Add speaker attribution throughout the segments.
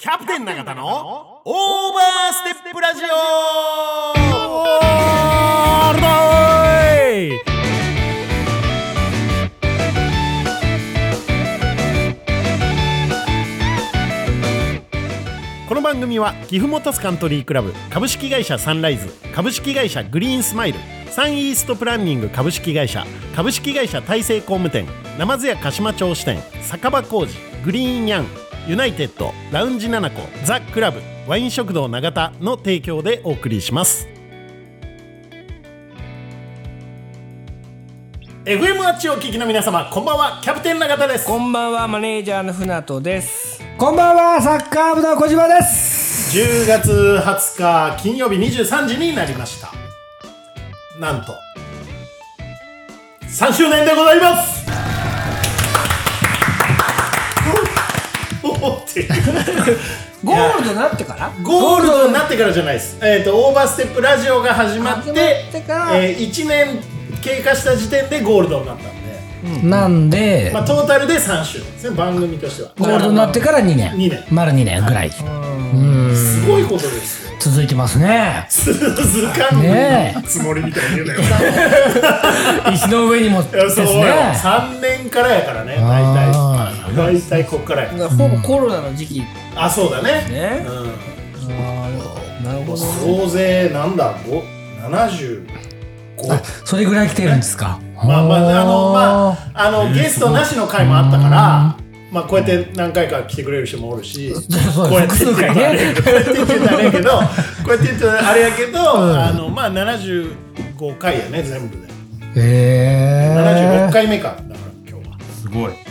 Speaker 1: キャプテン永田のオーバーステップラジオ。この番組は岐阜モトスカントリークラブ株式会社サンライズ、株式会社グリーンスマイル、サンイーストプランニング株式会社、株式会社大成工務店、ナマズ屋鹿島町支店、酒場工事、グリーンヤン、ユナイテッド、ラウンジナナコ、ザ・クラブ、ワイン食堂永田の提供でお送りします。 FM ワッチをお聞きの皆様、こんばんは。キャプテン永田です。
Speaker 2: こんばんは。マネージャーの船戸です。
Speaker 3: こんばんは。サッカー部の小島です。
Speaker 1: 10月20日金曜日23時になりました。なんと3周年でございます。
Speaker 2: ゴールドになってから？
Speaker 1: ゴールドになってからじゃないです。オーバーステップラジオが始まって1年経過した時点でゴールドになったんで、
Speaker 3: なんで、
Speaker 1: トータルで3周年ですね、番組としては。
Speaker 3: ゴールドになってから2年、丸2年ぐらい。
Speaker 1: すごいことですよ。
Speaker 3: 続いてますね。
Speaker 1: 続かんねえつもりみたいに言うなよ。
Speaker 3: 石の上にもですね。
Speaker 1: 3年からやからね、大体こっからや。
Speaker 2: ほぼコロナの時期。
Speaker 1: あ、そうだね。
Speaker 2: なるほど。
Speaker 1: 総勢なんだ、75。
Speaker 3: それぐらい来てるんですか。
Speaker 1: ゲストなしの回もあったから、こうやって何回か来てくれる人もおるし、こうやって言ってたらあれやけど、こうやって言ってたらあれやけど、75回やね、全部で。76回目か。だから今日は
Speaker 4: すごい。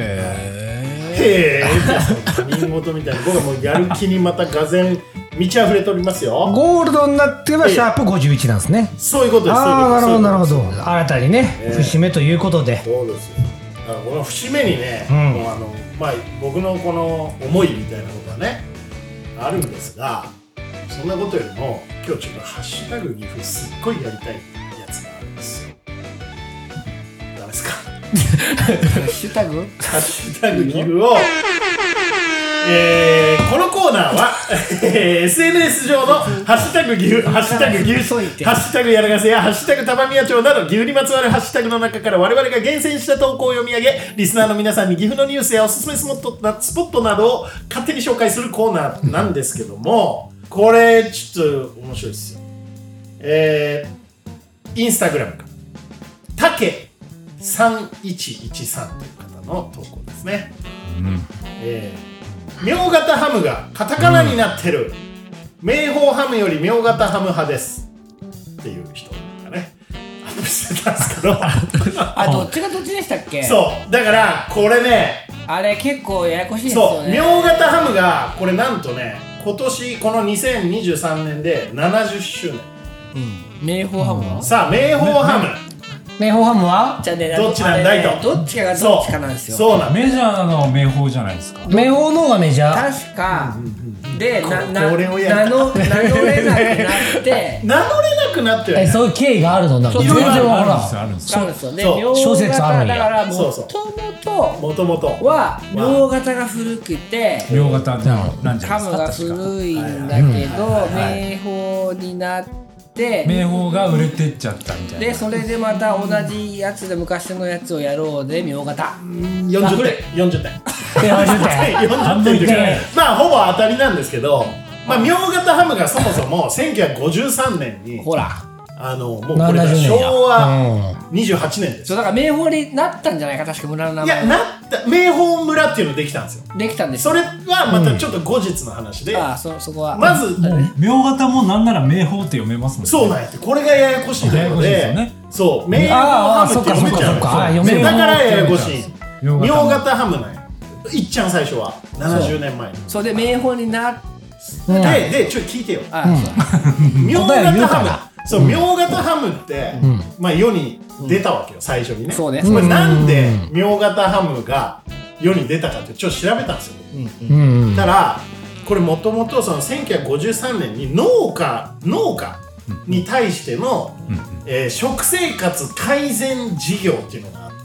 Speaker 1: へ他人事みたいな。僕はもうやる気にまたがぜん満ち溢れておりますよ。
Speaker 3: ゴールドになってはシャープ51なんですね。
Speaker 1: そういうことです。
Speaker 3: なるほどなるほど。新たにね、節目ということで。
Speaker 1: そうですよ。だからこの節目にね、僕のこの思いみたいなことはねあるんですが、そんなことよりも今日ちょっとハッシュタグ岐阜すっごいやりたいやつがあるんですよ。ダメですか？
Speaker 2: ハッシュタグ
Speaker 1: 岐阜を、このコーナーはSNS 上のハッシュタグ岐阜、ハッシュタグ岐阜、ハッシュタグやらがせやハッシュタグ玉宮町など岐阜にまつわるハッシュタグの中から我々が厳選した投稿を読み上げ、リスナーの皆さんに岐阜のニュースやおすすめスポットなどを勝手に紹介するコーナーなんですけども、これちょっと面白いですよ。インスタグラムからたけ3113という方の投稿ですね。明型ハムがカタカナになってる、明宝ハムより明型ハム派ですっていう人がねアップしてたんですけど
Speaker 2: どっちがどっちでしたっけ？
Speaker 1: そうだからこれね、
Speaker 2: あれ結構ややこしいですよね。
Speaker 1: 明型ハムがこれなんとね、今年この2023年で70周年。
Speaker 2: 明宝ハムは？さ
Speaker 1: あ明宝ハム、
Speaker 3: 明宝ハムは
Speaker 1: どっちなんだいと。
Speaker 2: どっちかがどっちかなんですよ。
Speaker 1: そうなん。
Speaker 4: メジャーの明宝じゃないですか。
Speaker 3: 明宝の方がメジャー。
Speaker 2: 確かで名乗れなくなって
Speaker 1: 名乗れなくなってる。
Speaker 3: そういう経緯があるのなんか全然わからん。
Speaker 4: あるんです
Speaker 2: よね。
Speaker 3: 諸説あるんや。
Speaker 2: だからもともとは明型が古くて、
Speaker 4: 明型なんじゃないですか。
Speaker 2: ハムが古いんだけど明宝になって、
Speaker 4: 明宝が売れてっちゃったみたいな。
Speaker 2: でそれでまた同じやつで昔のやつをやろうで明型
Speaker 1: 40点ほぼ当たりなんですけど、明型ハムがそもそも1953年に
Speaker 2: ほら
Speaker 1: もうこれが昭和28年です。
Speaker 2: そうだから明宝になったんじゃないか、確か村の名前。
Speaker 1: いや、なった明宝村っていうのできたんですよ。
Speaker 2: できたんですよ。
Speaker 1: それはまたちょっと後日の話で、
Speaker 2: そこは
Speaker 1: まず
Speaker 4: 明型もなんなら明宝って読めますもんね。
Speaker 1: そうなんやって、これがややこしいところで、そう明宝ハムって読めちゃうんですよ。だからややこしい。明型ハムなんや、いっちゃん最初は70年前に。
Speaker 2: それで明宝になって
Speaker 1: でちょっと聞いてよ。明型ハム、そう明型ハムって世に出たわけよ、最初にね。
Speaker 2: そうね。
Speaker 1: これなんで明型ハムが世に出たかってちょっと調べたんですよ。だからこれもともとその1953年に農家に対しての食生活改善事業っていうのがあっ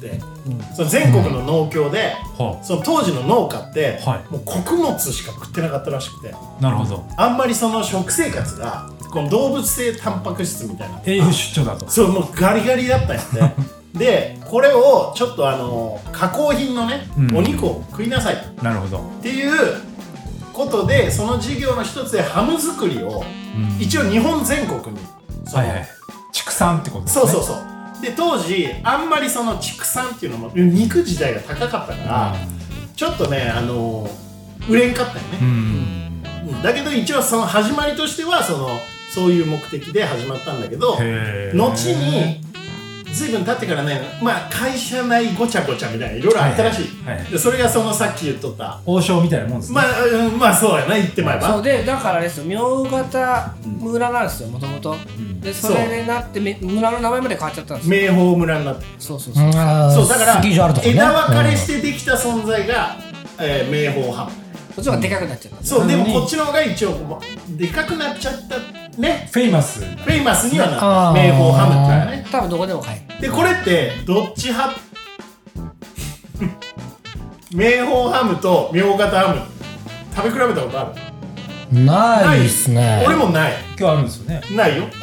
Speaker 1: て、その全国の農協で、
Speaker 4: は
Speaker 1: その当時の農家って、
Speaker 4: はい
Speaker 1: もう穀物しか食ってなかったらしくて、
Speaker 4: なるほど。
Speaker 1: あんまりその食生活がこの動物性タンパク質みたいな
Speaker 4: 栄養出張だと。
Speaker 1: そうもうガリガリだったんやってでこれをちょっと加工品のね、
Speaker 4: うん
Speaker 1: お肉を食いなさいっ
Speaker 4: なるほど。
Speaker 1: ていうことで、その事業の一つでハム作りを、一応日本全国に
Speaker 4: はいはい。畜産ってことですね。
Speaker 1: そうで当時あんまりその畜産っていうのも肉自体が高かったから、ちょっとね売れんかったよね、だけど一応その始まりとしてはそういう目的で始まったんだけど、後に随分経ってからね、まあ会社内ごちゃごちゃみたいないろいろあったらしい、でそれがそのさっき言っとった
Speaker 4: 王将みたいなもんですね。
Speaker 1: まあそうやな、言ってまえば
Speaker 2: そうで、だからですよ、明方村なんですよ、もともと。でそれになって村の名前まで変わっちゃったんですよ。
Speaker 1: 明豊村になって、
Speaker 2: そう
Speaker 1: そうだから
Speaker 3: スキー場あるとこね
Speaker 1: 枝分かれしてできた存在が明豊ハム。
Speaker 2: こっちの方がでかくなっちゃった。
Speaker 1: そうでもこっちの方が一応でかくなっちゃったね。
Speaker 4: フェイマス
Speaker 1: にはなった明豊ハムってのはね。
Speaker 2: 多分どこでも買える。
Speaker 1: でこれってどっち派明豊ハムと明方ハム食べ比べたことある？
Speaker 3: ないっすね。
Speaker 1: 俺もない。
Speaker 4: 今日あるんですよね。
Speaker 1: ないよ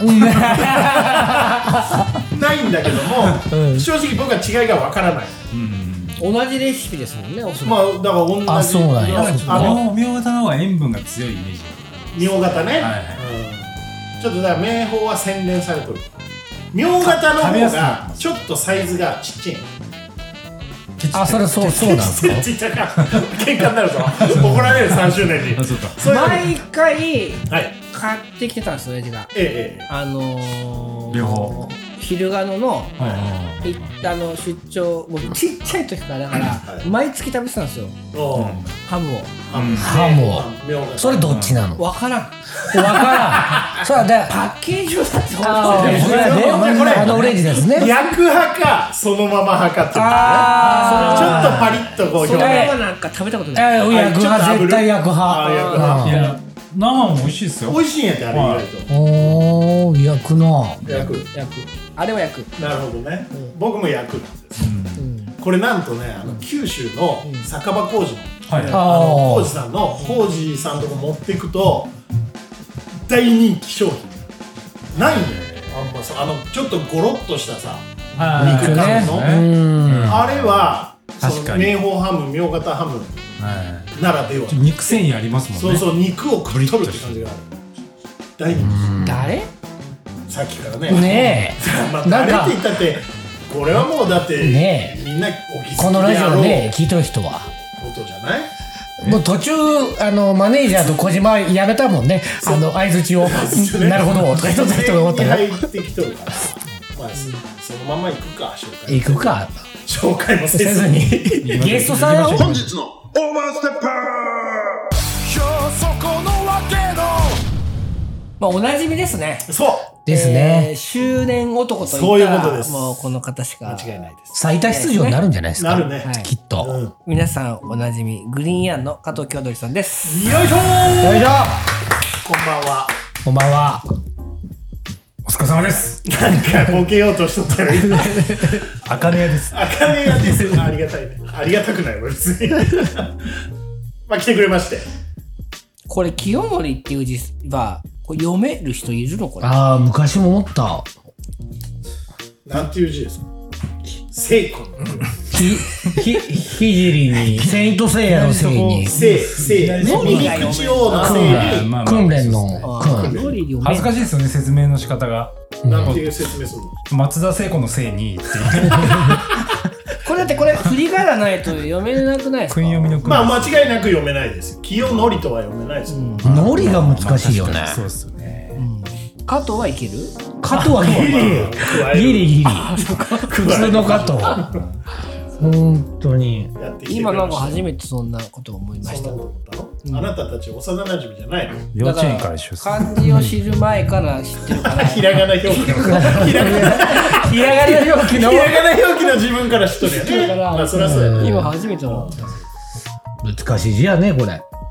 Speaker 1: ないんだけども、正直僕は違いがわからない。
Speaker 2: 同じレシピですもんね、おそらく。
Speaker 1: まあだから同じ。
Speaker 3: あ、そうなんや。
Speaker 4: 明方の方が塩分が強いイメージ。
Speaker 1: 明方ね、ちょっとだから明豊は洗練されてる。明方の方がちょっとサイズがちっちゃい。
Speaker 3: あ、それそうなんですか。
Speaker 1: ちっちゃか喧嘩になるぞ怒られる3周年に。
Speaker 4: そうか。
Speaker 2: 毎回
Speaker 1: はい
Speaker 2: 買ってきてたんですよ、親父が。
Speaker 4: 両方
Speaker 2: 昼賀野の出張、もうちっちゃい時からだから毎月食べてたんですよ、ハムを。
Speaker 3: ハムを。それどっちなの？
Speaker 2: 分からん。
Speaker 3: そうだ。
Speaker 2: パッケージをだって
Speaker 3: これオレンジですね。
Speaker 1: 焼く派かそのまま派かってことね。ちょっとパリッとこう
Speaker 2: それはなんか食べたことない。
Speaker 3: 焼く派、絶対焼く派。
Speaker 4: いや、生も美味しいですよ。
Speaker 1: 美味しいんやってあれ意外と。
Speaker 3: おー、焼くな。
Speaker 1: 焼く。
Speaker 2: あれは焼く。
Speaker 1: なるほどね。僕も焼くんです。これなんとね、九州の酒場工事の工事さんの工事さんとこ持っていくと大人気商品ないんだよ。あんまちょっとゴロッとしたさ肉感のあれは明豊ハム、明方ハムならでは。
Speaker 4: 肉繊維ありますもんね。
Speaker 1: そう肉を食っとるって感じがある。大人気。
Speaker 2: 誰？
Speaker 1: さっきからね。
Speaker 3: ねえ。
Speaker 1: まあ誰って言ったってこれはもうだってみんなお気づき
Speaker 3: このラジオね聞いとる人は
Speaker 1: ことじゃない？
Speaker 3: もう途中マネージャーと小島やめたもんね。相づちをなるほどとか一つ一つ思ったら
Speaker 1: 入ってきとるから、まあそのまま行くか紹介。
Speaker 3: 行くか。
Speaker 1: 紹介もせず
Speaker 3: にゲストさんを
Speaker 1: 本日のオーバーステッパー。そこのわけの。
Speaker 2: まあおなじみですね。
Speaker 1: そう
Speaker 3: ですね。
Speaker 2: 周年男と
Speaker 1: そういうことです。
Speaker 2: もうこの方しか
Speaker 1: 間違いないです。
Speaker 3: 最多出場になるんじゃないですか。
Speaker 1: なるね。
Speaker 3: きっと。
Speaker 2: 皆さんおなじみグリーンヤンの加藤京鳥さんです。
Speaker 1: よいしょ
Speaker 3: ー。よいしょ。
Speaker 1: こんばんは。
Speaker 3: こんばんは。
Speaker 4: お疲れ様です。
Speaker 1: なんかボケようとしとったよ。
Speaker 4: あかねやです。
Speaker 1: あかねやです。ありがたいね。ありがたくないわ別に。まあ来てくれまして。
Speaker 2: これ清則っていう字はこれ読める人いるのこれ？
Speaker 3: ああ、昔も思った。
Speaker 1: なんていう字ですか？聖子。
Speaker 3: ひじりにセイントセイヤのせいに
Speaker 1: 聖
Speaker 2: ノリが
Speaker 1: 口王のせいに
Speaker 3: 訓練の訓。
Speaker 4: 恥ずかしいですよね説明の仕方が。
Speaker 1: なんていう説明するの？
Speaker 4: 松田聖子のせいにっていう。
Speaker 2: これだってこれ振り仮名ないと読めなくないですか？
Speaker 4: 訓読みの訓。
Speaker 1: まあ間違いなく読めないです。清則とは読めないですよ。
Speaker 3: ノリが難しいよね。
Speaker 4: そうですよね。
Speaker 2: 加藤はいける？
Speaker 3: 加藤はギリギリ普通の加藤。本当に
Speaker 2: 今なんか初めてそんなことを思いました。
Speaker 1: あなたたち幼馴染じゃないの？
Speaker 4: 幼稚園から一緒です。
Speaker 2: 漢字を知る前から知ってるから。
Speaker 1: ひらがな表記のひらがな表記の自分から知っとるやんね。まあそりゃそうや。
Speaker 2: 今初めての
Speaker 3: 難しい字やねこれ。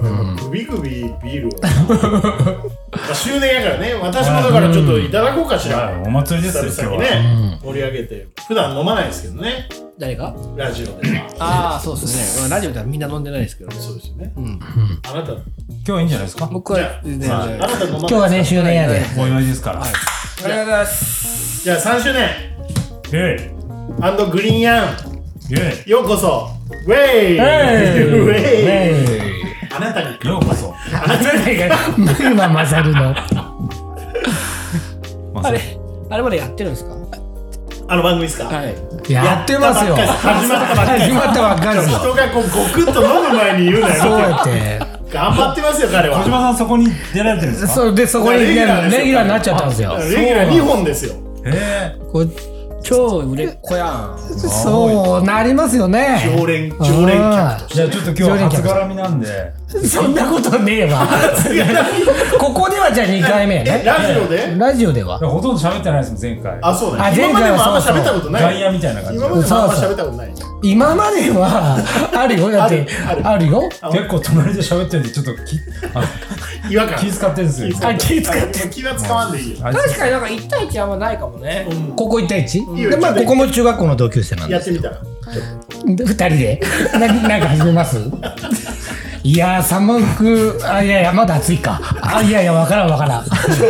Speaker 1: グビグビビールを周年やからね、私もだからちょっといただこうかしら。
Speaker 4: お祭りですよ今日は
Speaker 1: ね、盛り上げて。普段飲まないですけどね、
Speaker 2: 誰が？
Speaker 1: ラジオでは。
Speaker 2: ああ、そうですね。ラジオではみんな飲んでないですけどね。
Speaker 1: そうですよね。あなた、
Speaker 4: 今日はいいんじゃないですか。
Speaker 2: 僕は全然。
Speaker 1: あなた飲まない。
Speaker 3: 今日はね周年やで。
Speaker 4: お祝いですから。
Speaker 2: ありがとうございます。
Speaker 1: じゃあ3周年
Speaker 4: イェイ
Speaker 1: グリーンヤン、
Speaker 4: イェ
Speaker 1: ようこそ。ウェイウェイ。あなたに
Speaker 4: イようこそ。
Speaker 3: 今混ざるの。
Speaker 2: あれまでやってるんですか？
Speaker 1: あの番組ですか？
Speaker 2: はい。
Speaker 3: やってますよ。
Speaker 1: 始まったばっかり。
Speaker 3: 始まったばっかりですよ。
Speaker 1: 人がこうゴクッと飲む前に言うなよ。
Speaker 3: そうやって。
Speaker 1: 頑張ってますよ彼は。
Speaker 4: 小島さんそこに出られてるんですか。
Speaker 3: そうでそこにレギュラーになっちゃったんですよ。
Speaker 1: レギュラー2本ですよ。
Speaker 3: これ
Speaker 2: 超売れっ子やん。
Speaker 3: そうなりますよね。
Speaker 1: 常連客として。
Speaker 4: じゃあちょっと今日は初絡みなんで。
Speaker 3: そんなことねえわ。ここではじゃあ2回目ね。ラジオでは
Speaker 4: ほとんど喋ってないですもん前回。
Speaker 1: あ、そうね。今までもあんま喋ったことない。
Speaker 4: 外野みたいな感じ。
Speaker 1: 今までもあんま喋ったことない。
Speaker 3: 今まではあるよ。だってあるよ。
Speaker 4: 結構隣で喋ってるんでちょっと
Speaker 1: 違和感。
Speaker 4: 気使ってるんですよ。
Speaker 1: 気は使わんでいいよ。
Speaker 2: 確かになんか1対1あんまないかもね。
Speaker 3: ここ1対 1？ まあここも中学校の同級生なんで。
Speaker 1: やってみたら。
Speaker 3: 2人でなんか始めます？いやー寒く、いやいやまだ暑いか。いやいやわからん。
Speaker 1: まだ。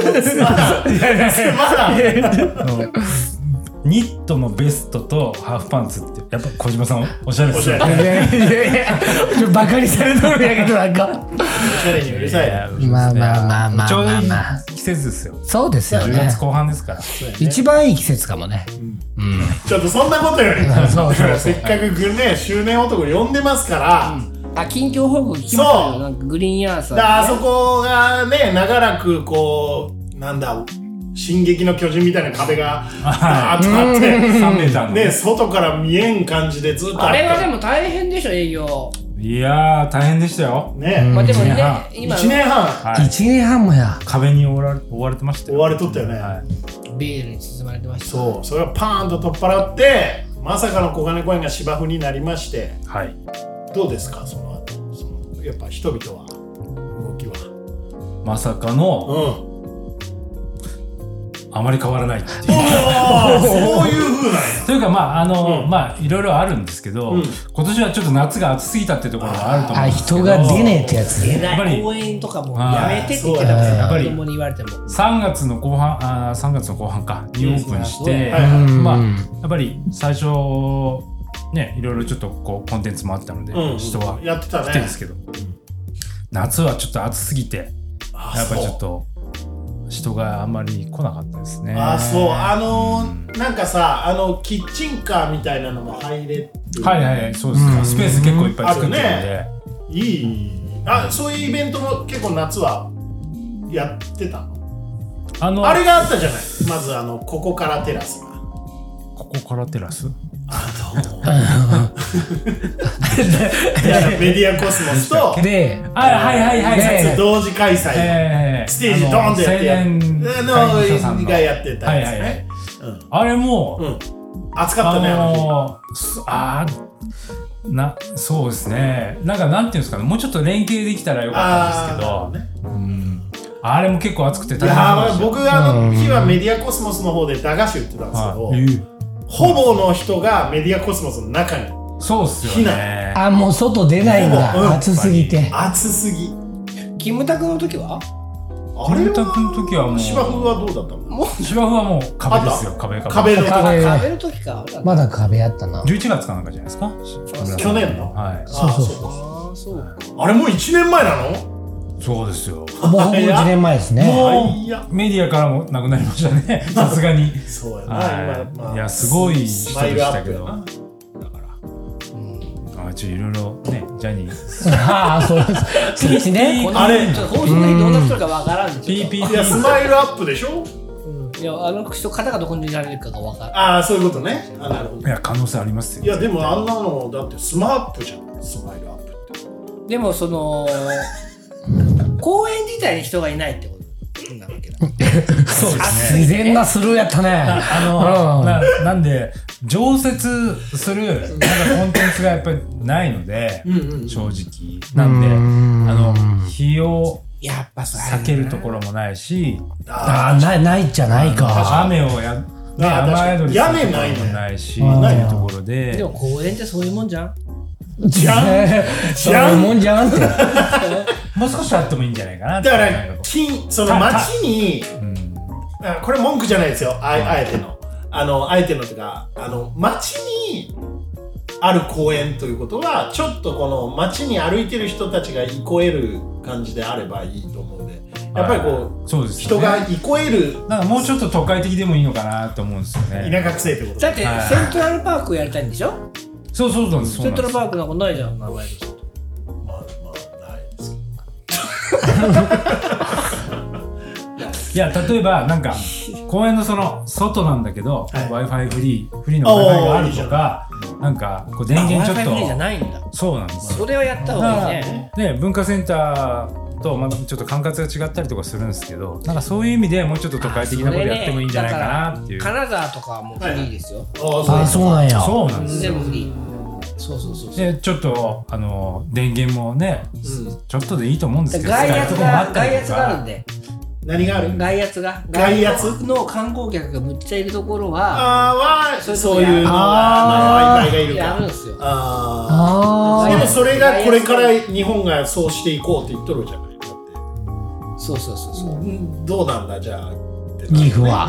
Speaker 4: ニットのベストとハーフパンツってやっぱ小島さんおしゃれですよね。
Speaker 3: いやバカにされとるんやけどなんか。
Speaker 1: おしゃれにうるさい。
Speaker 3: まあ
Speaker 4: ちょうどいい季節ですよ。
Speaker 3: そうですよ
Speaker 4: 10
Speaker 3: ね。
Speaker 4: 月後半ですから。
Speaker 3: 一番いい季節かもね。
Speaker 1: ちょっとそんなことよりせっかくね周年男呼んでますから。
Speaker 2: 近況報告聞きましたよ。なんかグリーンヤーさん。
Speaker 1: あそこがね長らくこうなんだ進撃の巨人みたいな壁があって
Speaker 4: 3メーターの
Speaker 1: ね外から見えん感じでずっと
Speaker 2: あれはでも大変でしょ営業。
Speaker 4: いやー大変でしたよ。
Speaker 1: ね。
Speaker 2: まあでもね今
Speaker 1: 1年半
Speaker 3: 1年半もや
Speaker 4: 壁に覆われてましたよ。
Speaker 1: 追われとったよね。
Speaker 2: ビールに包まれてました。
Speaker 1: そうそれをパーンと取っ払ってまさかの小金公園が芝生になりまして、どうですかそのやっぱ人々は動きは
Speaker 4: まさかのあまり変わらないっていう。
Speaker 1: そういう風なんや。
Speaker 4: というかまあいろいろあるんですけど、今年はちょっと夏が暑すぎたっていうところがあると思うんですけど、
Speaker 3: 人が出ねえってやつね。
Speaker 2: やっぱり公園とかもやめてって言ってたんですよ。子供に言われても
Speaker 4: 3月の後半かにオープンして、まあやっぱり最初ねいろいろちょっとこうコンテンツもあったので人は
Speaker 1: やってたね。
Speaker 4: 来てるんですけど、夏はちょっと暑すぎてやっぱりちょっと人があんまり来なかったですね。
Speaker 1: そうなんかさキッチンカーみたいなのも入れる。
Speaker 4: はいそうですか。スペース結構いっぱい作ってるんで
Speaker 1: いい。そういうイベントも結構夏はやってたの？あれがあったじゃない。まずここからテラスが。
Speaker 4: ここからテラス？
Speaker 1: メディアコスモスと
Speaker 3: で
Speaker 4: はい
Speaker 1: 同時開催ステージドーンってやってがやってたんですね。
Speaker 4: あれも
Speaker 1: 暑かったね。
Speaker 4: そうですね。なんていうんですかね、もうちょっと連携できたらよかったんですけど、あれも結構暑くて大変でした。
Speaker 1: 僕日はメディアコスモスの方で駄菓子売ってたんですけど、ほぼの人がメディアコスモスの中に
Speaker 4: そうっすよね。
Speaker 3: もう外出ないんだ。暑すぎて。
Speaker 1: 暑すぎ。
Speaker 2: キムタクの時は？
Speaker 1: あれ
Speaker 4: キムタクの時はもう
Speaker 1: 芝生はどうだったの？
Speaker 4: 芝生はもう壁ですよ。壁
Speaker 1: の
Speaker 2: 時か。
Speaker 3: まだ壁あったな。
Speaker 4: 11月かなんかじゃないですか。
Speaker 1: 去年の。
Speaker 3: そう。
Speaker 1: あれもう1年前なの？
Speaker 4: そうですよ。
Speaker 3: もう1年前ですね。
Speaker 4: もうメディアからもなくなりましたね。さすがに。
Speaker 1: そうやな。
Speaker 4: いやすごい人でしたけど。いろいろね、ジャニーズ。
Speaker 3: そうです。そっちね。
Speaker 2: あれ、放送の日どんな人かわからんでしょ。
Speaker 1: いや、スマイルアップでしょ。
Speaker 2: いや、人方がどこにいられるかがわからん。
Speaker 1: そういうことね。なるほど。
Speaker 4: いや、可能性ありますよ。
Speaker 1: いや、でもあんなのだってスマアップじゃん。スマイルアップって。
Speaker 2: でもその公園自体に人がいないってことなわけだ。
Speaker 3: そう自然なスルーやったね。
Speaker 4: なんで常設するなんかコンテンツがやっぱりないので正直なんで日を
Speaker 2: やっぱ
Speaker 4: 避けるところもないし、
Speaker 3: ないじゃないか。
Speaker 4: 雨を雨宿りするところもないしっていうところで。
Speaker 2: でも公園ってそういうもんじゃん。
Speaker 3: そういうもんじゃんって。
Speaker 4: もう少しあってもいいんじゃないかな。
Speaker 1: だからその街にこれ文句じゃないですよ。あえてのというか街にある公園ということはちょっとこの街に歩いてる人たちが憩える感じであればいいと思うんで、やっぱり
Speaker 4: そうですね、
Speaker 1: 人が憩える
Speaker 4: なんかもうちょっと都会的でもいいのかなと思うんですよね。
Speaker 1: 田舎くせえってこと
Speaker 2: だってセントラルパークやりたいんでしょ。
Speaker 4: そうなんです。
Speaker 2: セントラルパークなんかないじゃん名前で。
Speaker 1: まあないです
Speaker 4: いや例えばなんか公園のその外なんだけど、Wi-Fi フリーの Wi-Fi があるとか、なんかこう電源ちょっと
Speaker 2: Wi-Fi フリーじゃないんだ。
Speaker 4: そうなんですよ。
Speaker 2: それはやった方がいいね。
Speaker 4: で文化センターとまたちょっと管轄が違ったりとかするんですけど、なんかそういう意味でもうちょっと都会的なことやってもいいんじゃないかなっていう。
Speaker 2: 金沢とかはもうフリーですよ。
Speaker 3: そうなんや。
Speaker 4: そうなんですよ。
Speaker 2: 全部フリー。そう
Speaker 4: でちょっと電源もね、ちょっとでいいと思うんですけど、
Speaker 2: 外圧があるんで。
Speaker 1: 何がある？
Speaker 2: 外圧の観光客がむっちゃいるところは
Speaker 1: そういうのが Wi-Fi がいるか
Speaker 2: やるんですよ。
Speaker 1: でもそれがこれから日本がそうしていこうって言っとるじゃない。だって
Speaker 2: そう
Speaker 1: どうなんだじゃあ
Speaker 3: 岐阜は。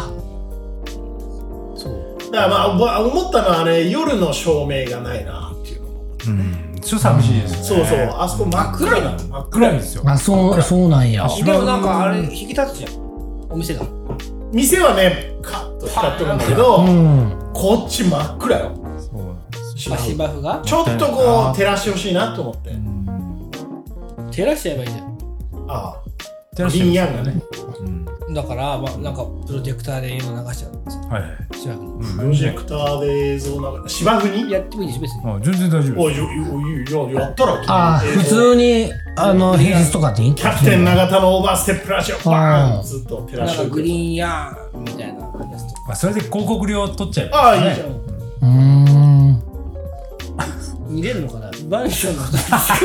Speaker 1: そうだから思ったのは夜の照明がないなっていうのも
Speaker 4: ちょっと寂しいですね。
Speaker 1: そうあそこ真っ暗なの。
Speaker 4: 真っ暗いんですよ。
Speaker 3: そうなんや。
Speaker 2: でもなんかあれ引き立つじゃんお店が。
Speaker 1: 店はねカッと光ってるんだけど、こっち真っ暗よ。
Speaker 4: そうなんです。
Speaker 2: 芝生が
Speaker 1: ちょっとこう照らしてほしいなと思って。
Speaker 2: 照らしちゃえばいいじゃん。
Speaker 4: 照らしてるんですよね。
Speaker 2: だからなんかプロジェクターで映像流しちゃうんですよ。芝生に。
Speaker 1: プロジェクターで映像流し芝生に
Speaker 2: やってもいいでしょ別に。
Speaker 4: 全然大丈夫です。
Speaker 1: やったら
Speaker 3: 普通に平日とかでいい？
Speaker 1: キャプテン永田のオーバーステップラジオバーンずっと照らして
Speaker 2: なんかグリーンヤーンみたいなやつとか。
Speaker 4: それで広告料取っちゃえば
Speaker 1: いいじゃん。
Speaker 2: 見れるのかなマンションの人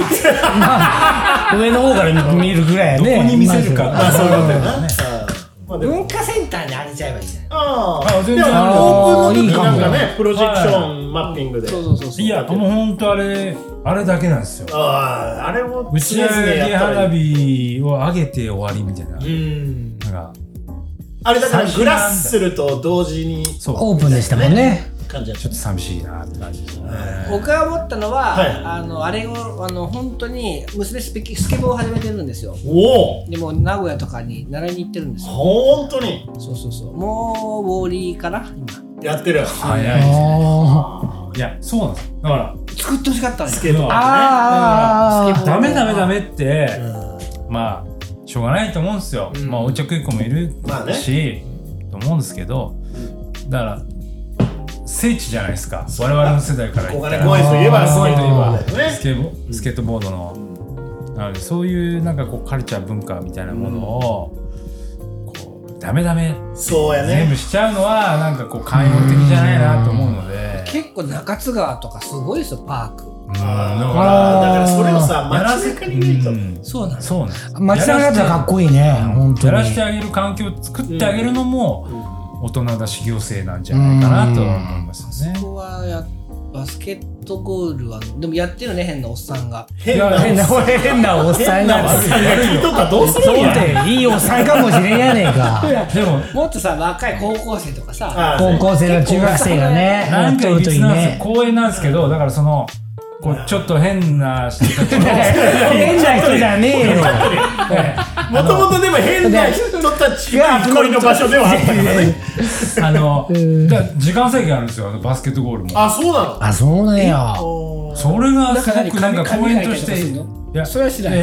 Speaker 3: 上の方から見るぐらいやね。
Speaker 4: どこに見せるか。
Speaker 1: そういうことだよな。
Speaker 2: 文化センターにあげちゃえばいいじゃない。
Speaker 1: 全然オープンの時なんかねプロジェクションマッピングで。
Speaker 2: そう
Speaker 4: いやもう本当あれだけなんですよ。
Speaker 1: あれを
Speaker 4: 打ち上げ花火を上げて終わりみたいな。なんか
Speaker 1: あれだからグラッスルと同時に
Speaker 3: オープンでしたもんね。
Speaker 4: ちょっと寂しいなって感じですね。
Speaker 2: 僕が思ったのは、あれを本当に娘スケボーを始めてるんですよ。でも名古屋とかに習いに行ってるんですよ。
Speaker 1: 本当に。
Speaker 2: そうもうウォーリーかな今
Speaker 1: やってる。
Speaker 4: 早いですね。いやそうなんですよ。だから
Speaker 2: 作ってほしかったんです
Speaker 1: スケボー
Speaker 4: ダメってまあしょうがないと思うんですよ。お茶食い子もいるしと思うんですけど、だから聖地じゃないですか。我々の世代から言ったら。
Speaker 1: 公園といえば
Speaker 4: スケートボードの。なのでそういうなんかこうカルチャー文化みたいなものをこうダメ
Speaker 1: そうやね
Speaker 4: 全部しちゃうのはなんかこう寛容的じゃないなと思うので。
Speaker 2: 結構中津川とかすごいですよパーク。
Speaker 1: だからそれをさ街中に見ると
Speaker 2: そうなんです。
Speaker 3: 街中だったらかっこいいね。本当に
Speaker 4: やらしてあげる環境を作ってあげるのも大人だし行政なんじゃないかなと思いますね。
Speaker 2: そこはバスケットゴールはでもやってるね変なおっさんが。
Speaker 3: 変なおっさんが
Speaker 1: 聞いとったらどうするんや。
Speaker 3: いいおっさんかもしれんやねえか。
Speaker 2: でももっとさ若い高校生とかさ
Speaker 3: 高校生の中学生がね
Speaker 4: なんかいびつなんですよ。公園なんですけどだからそのこうちょっと変な人たち
Speaker 3: 変な人じゃねえよ。
Speaker 1: もともとでも変な人たちが憩いの場所ではあったからね。
Speaker 4: 時間制限あるんですよバスケットゴールも。
Speaker 1: そうなの。
Speaker 3: そうなんや。
Speaker 4: それがすごくなんか公園としてい
Speaker 2: やそれは知らない。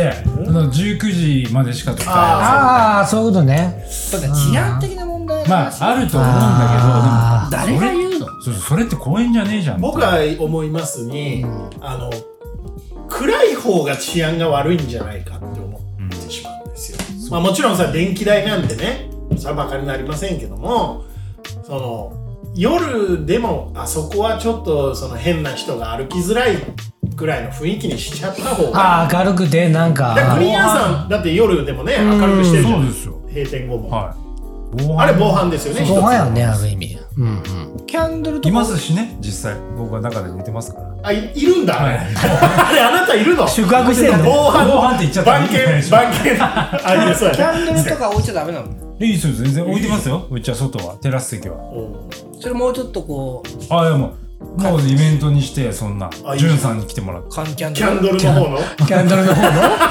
Speaker 4: 19時までしかとか。
Speaker 3: そういうことね。
Speaker 2: 治安的な問題
Speaker 4: あると思うん
Speaker 2: だけど誰が言うの。
Speaker 4: それって公園じゃねえじゃん。
Speaker 1: 僕は思いますに暗い方が治安が悪いんじゃないかって思ってしまうんですよ。もちろんさ電気代なんてねそれはバカになりませんけども、その夜でもあそこはちょっとその変な人が歩きづらいくらいの雰囲気にしちゃった方が。
Speaker 3: 明るくてなんか。
Speaker 1: グリーンアンさんだって夜でもね明るくしてるじゃん。
Speaker 4: そうですよ。
Speaker 1: 閉店後も。
Speaker 4: はい。
Speaker 1: あれ防犯ですよね。
Speaker 3: 防犯やね、ある意味。
Speaker 2: キャンドルとか
Speaker 4: いますしね、実際僕は中で寝てますから。
Speaker 1: あ、いるんだ。あれあなたいるの？
Speaker 3: 宿泊してるの？
Speaker 1: 防犯
Speaker 4: って言っちゃったらいいじゃないでしょ。
Speaker 1: 番犬あ、いや、そうやね。
Speaker 2: キャンドルとか置いちゃダメなの？
Speaker 4: いいですよ、全然置いてますよ。うちは外はテラス席は。
Speaker 2: それもうちょっとこう。
Speaker 4: あ、いやもうイベントにしてそんなジュンさんに来てもらって。
Speaker 2: キャン
Speaker 1: ドルの方の？
Speaker 3: キャンドルの方の？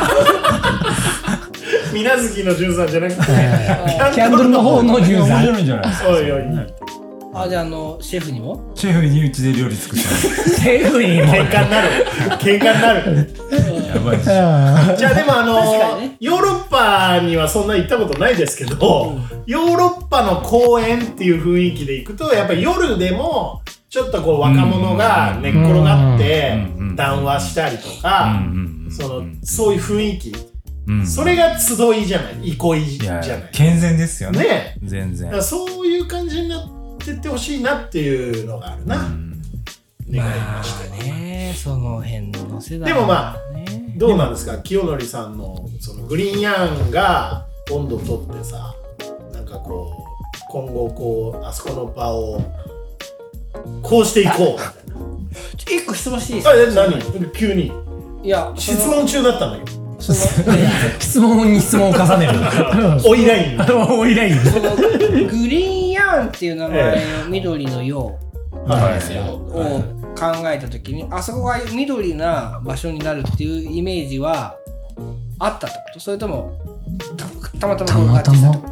Speaker 1: 水無月のジュンさんじゃなくて
Speaker 3: キャンドルの方のジュンさん。
Speaker 4: 面白いんじゃないですか。
Speaker 2: じゃあシェフにも？
Speaker 4: シェフにうちで料理作ってます。
Speaker 3: シェフにも
Speaker 1: 喧嘩になる
Speaker 4: やばいです。じ
Speaker 1: ゃあでもヨーロッパにはそんな行ったことないですけど、ヨーロッパの公園っていう雰囲気で行くとやっぱり夜でもちょっとこう若者が寝っ転がって談話したりとか、そういう雰囲気、それが集いじゃない、憩いじゃない。
Speaker 4: 健全ですよね。
Speaker 1: ね、
Speaker 4: 全然。
Speaker 1: だからそういう感じになってってほしいなっていうのがあるな。願いました
Speaker 2: ね。その辺の世代。
Speaker 1: でもまあどうなんですか、清則さんのそのグリーンヤンが温度取ってさ、なんかこう今後こうあそこの場をこうしていこうみたいな。
Speaker 2: 一個質問していいですか？
Speaker 1: 何？急に。
Speaker 2: いや、
Speaker 1: 質問中だったんだけど。
Speaker 3: 質問に質問を重ねる。
Speaker 1: 追いライン。
Speaker 3: 追いライン。
Speaker 2: グリーンヤンっていう名前の緑のようなんですよ。を考えたときに、あそこが緑な場所になるっていうイメージはあったってこと？それともたまたま合致したってこと？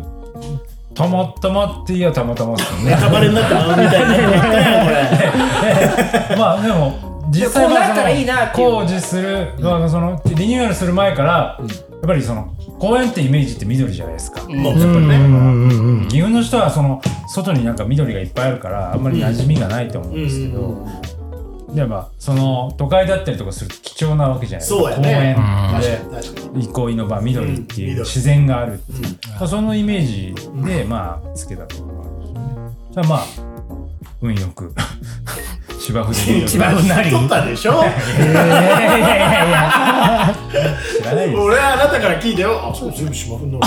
Speaker 4: たまたまっていやたまたまですよね。
Speaker 1: ネタバレになってまうみたいな。
Speaker 4: まあでも実際は工事する、そのリニューアルする前からやっぱりその公園ってイメージって緑じゃないですか。やっぱりね。岐阜の人はその外になんか緑がいっぱいあるからあんまり馴染みがないと思うんですけど、やっぱその都会だったりとかすると貴重なわけじゃないですか。公園で憩いの場、緑っていう自然があるっていう、そのイメージでまあつけたところがあるんですよね。じゃあまあ運よく芝生で
Speaker 3: 芝生なり
Speaker 1: 撮ったでしょ。
Speaker 3: いや
Speaker 4: 知らないです。
Speaker 1: 俺はあなたから聞いてよ。あ、そう全部芝生の。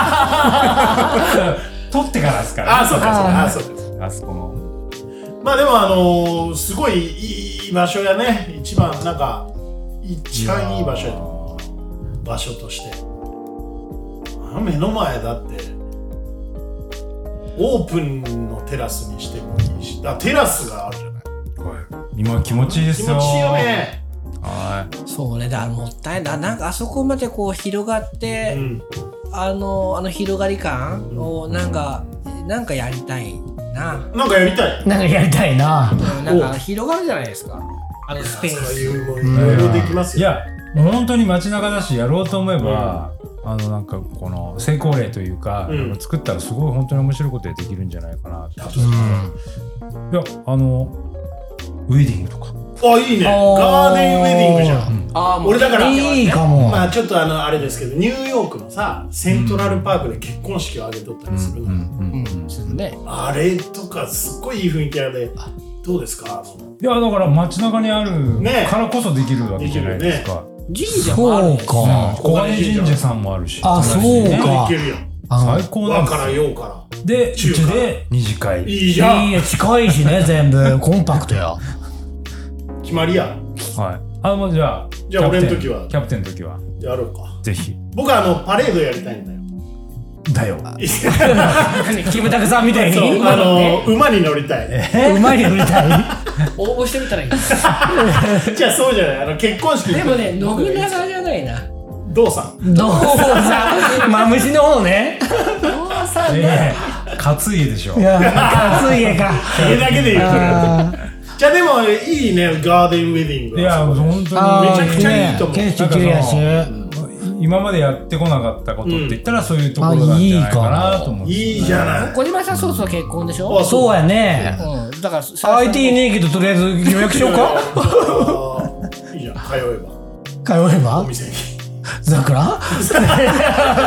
Speaker 4: 撮ってからですから。
Speaker 1: あ、そうかそうか。
Speaker 4: あそこの。
Speaker 1: まあでもすごいいい場所やね。一番なんか一番いい場所や。場所として。目の前だってオープンのテラスにしてもいいし、テラスがあるじゃない。
Speaker 4: 今気持ちいいですよ。
Speaker 1: 気持ちいいよね。
Speaker 4: はい。
Speaker 2: そうね、だからもったいない。なんかあそこまでこう広がって、あの広がり感をなんかやりたいな。
Speaker 1: なんかやりたい。
Speaker 3: なんかやりたいな。
Speaker 2: なんか広がるじゃないですか。スペース。
Speaker 1: いろいろできますよ。
Speaker 4: いや、もう本当に街中だしやろうと思えば、なんかこの成功例というか、作ったらすごい本当に面白いことができるんじゃないかなって。いや、ウェディングとか。
Speaker 1: あ、いいね。ガーデンウェディングじゃん。俺だから
Speaker 3: いいかも。
Speaker 1: まあちょっとあれですけど、ニューヨークのさセントラルパークで結婚式を挙げとったりするの。あれとかすっごいいい雰囲気あれ。どうですか？
Speaker 4: いや、だから街中にあるからこそできるわけじゃないですか。
Speaker 2: 神社もある。
Speaker 3: そうか。
Speaker 4: 小金神社さんもあるし。
Speaker 3: あ、そうか。
Speaker 4: 最高なんですよ。
Speaker 1: 和から洋から。
Speaker 4: で、うちで二次会。
Speaker 1: いいじゃん。
Speaker 3: いい、近いしね、全部コンパクトや。
Speaker 1: 決まりや。
Speaker 4: はい。もうじゃあ
Speaker 1: 俺の時は
Speaker 4: キャプテンの時は
Speaker 1: やろうか。
Speaker 4: ぜひ。
Speaker 1: 僕パレードやりたいんだよ。
Speaker 4: だよ。
Speaker 3: キムタクさんみたいに。
Speaker 1: 馬に乗りたい。
Speaker 3: 馬に乗りたい。
Speaker 2: 応募してみたらいい。
Speaker 1: じゃあそうじゃない。結婚式。
Speaker 2: でもね、信長じゃないな。
Speaker 1: 道さん。
Speaker 3: 道さん。マムシの方ね。
Speaker 2: 道さん
Speaker 4: ね。勝家でしょ。
Speaker 3: 勝家か。
Speaker 1: 家だけで言う。じゃあでもいいね、ガーデンウェディング。
Speaker 4: いや、本当にめち
Speaker 1: ゃくちゃいいと思う。
Speaker 3: 景色綺麗やし。
Speaker 4: 今までやってこなかったことって言ったらそういうところなんじゃないかなと思う。
Speaker 1: いいじゃない。
Speaker 2: 小島さんそろそろ結婚でしょ？
Speaker 3: そうやね。
Speaker 2: だから
Speaker 3: IT ネイキッドとりあえず予約しようか。
Speaker 1: いいじゃん、通えば。
Speaker 3: 通えば？
Speaker 1: お店に。
Speaker 3: 桜？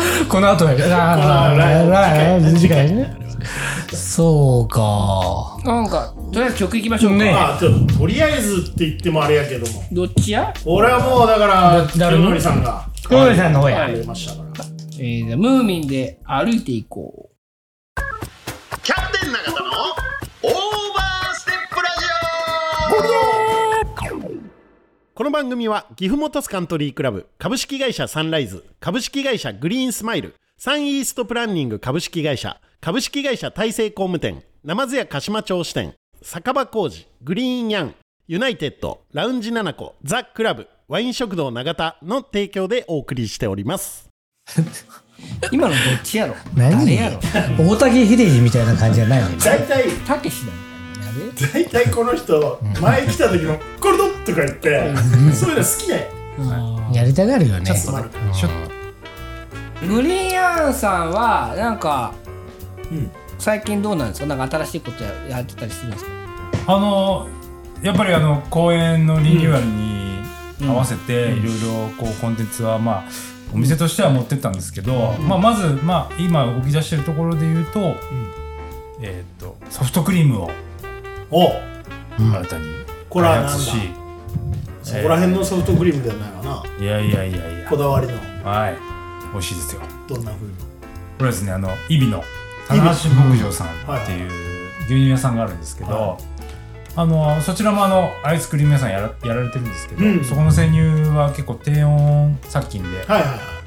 Speaker 3: この後次回ね。そうか。
Speaker 2: なんかとりあえず曲いきましょうか
Speaker 3: ね。
Speaker 1: とりあえずって言ってもあれやけども、
Speaker 2: どっちや？
Speaker 1: 俺はもうだから清則さんが
Speaker 3: 清則さんの方や。
Speaker 1: 出ましたから。
Speaker 2: じゃあムーミンで歩いていこう。
Speaker 5: キャプテン永田のオーバーステップラジオ。
Speaker 1: この番組は岐阜モトスカントリークラブ株式会社サンライズ株式会社グリーンスマイルサンイーストプランニング株式会社株式会社大成工務店ナ津屋鹿島町支店酒場工事グリーンヤンユナイテッドラウンジ7個ザ・クラブワイン食堂永田の提供でお送りしております。
Speaker 2: 今のどっちやろ？
Speaker 3: 何？
Speaker 2: 誰やろ？
Speaker 3: 大竹秀治みたいな感じじゃないの？
Speaker 1: 大体
Speaker 2: たけしだみたいな。
Speaker 1: 大体この人前来た時も「これど?」とか言ってそういうの好きだよ。
Speaker 3: やりたがるよね。
Speaker 1: ちょっと待って、
Speaker 2: グリーンヤンさんはなんか、最近どうなんですか？なんか新しいことやってたりするんですか？
Speaker 4: やっぱり公園のリニューアルに合わせていろいろこうコンテンツはまあお店としては持ってったんですけど、まず今動き出してるところで言うと、ソフトクリームを新たに開発し、
Speaker 1: そこら辺のソフトクリームではないわな。
Speaker 4: いや
Speaker 1: こだわりの。
Speaker 4: はい、美味しいですよ。
Speaker 1: どんな風に？
Speaker 4: これはですね、イビの棚橋牧場さんっていう牛乳屋さんがあるんですけど、そちらもアイスクリーム屋さんやられてるんですけど、そこの生乳は結構低温殺菌で、こ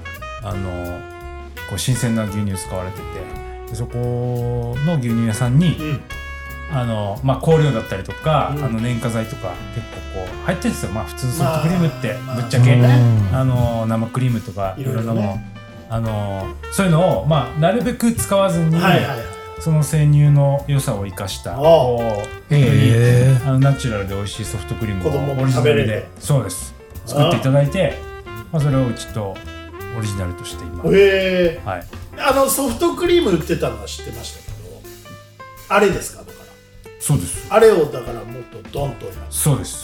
Speaker 4: う新鮮な牛乳使われてて、でそこの牛乳屋さんに、香料だったりとか、粘化剤とか結構こう入ってるんですよ。普通ソフトクリームってぶっちゃけ、生クリームとかいろいろなもの、そういうのをなるべく使わずに、その生乳の良さを生かしたナチュラルで美味しいソフトクリームをオリジナルでそうです作っていただいて、それをうちとオリジナルとして今、
Speaker 1: ソフトクリーム売ってたのは知ってましたけど、あれですか？だから
Speaker 4: そうです。
Speaker 1: あれをだからもっとドンとやる。
Speaker 4: そうです。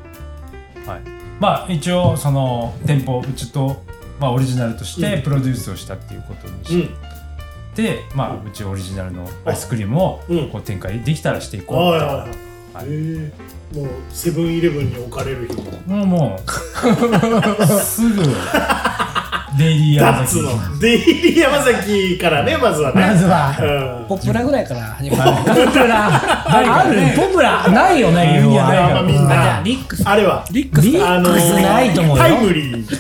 Speaker 4: 一応その店舗うちとオリジナルとしてプロデュースをしたっていうことにして、うちオリジナルのアイスクリームをこう展開できたらしていこうみたいな。
Speaker 1: もうセブンイレブンに置かれる日
Speaker 4: もうすぐデイリー山崎
Speaker 1: デイリー山崎からね、まずは
Speaker 2: ポップラぐらいから始まる。
Speaker 3: ポプラある？ポプラないよね。
Speaker 1: みんな
Speaker 2: リックス
Speaker 1: あれは
Speaker 3: リックスないと思うよ。
Speaker 1: タイムリー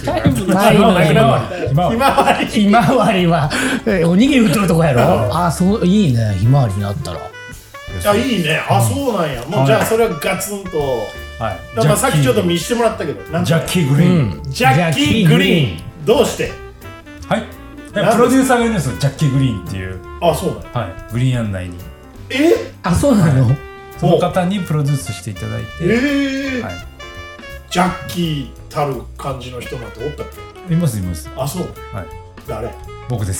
Speaker 3: ひまわりはおにぎり売っとるとこやろ。そういいね、ひまわりになったら。
Speaker 1: いいね。そうなんや。もうじゃあそれはガツンと、さっきちょっと見せてもらったけど、
Speaker 4: ジャッキーグリーン、
Speaker 1: ジャッキーグリーンどうして？
Speaker 4: プロデューサーがいるんですよ、ジャッキーグリーンっていう。
Speaker 1: そうなの？
Speaker 4: グリーン案内に。
Speaker 3: そうなの？
Speaker 4: その方にプロデュースしていただいて、
Speaker 1: ジャッキーたる感じの人なんておったっけ？
Speaker 4: います。
Speaker 1: そう。誰？
Speaker 4: 僕です。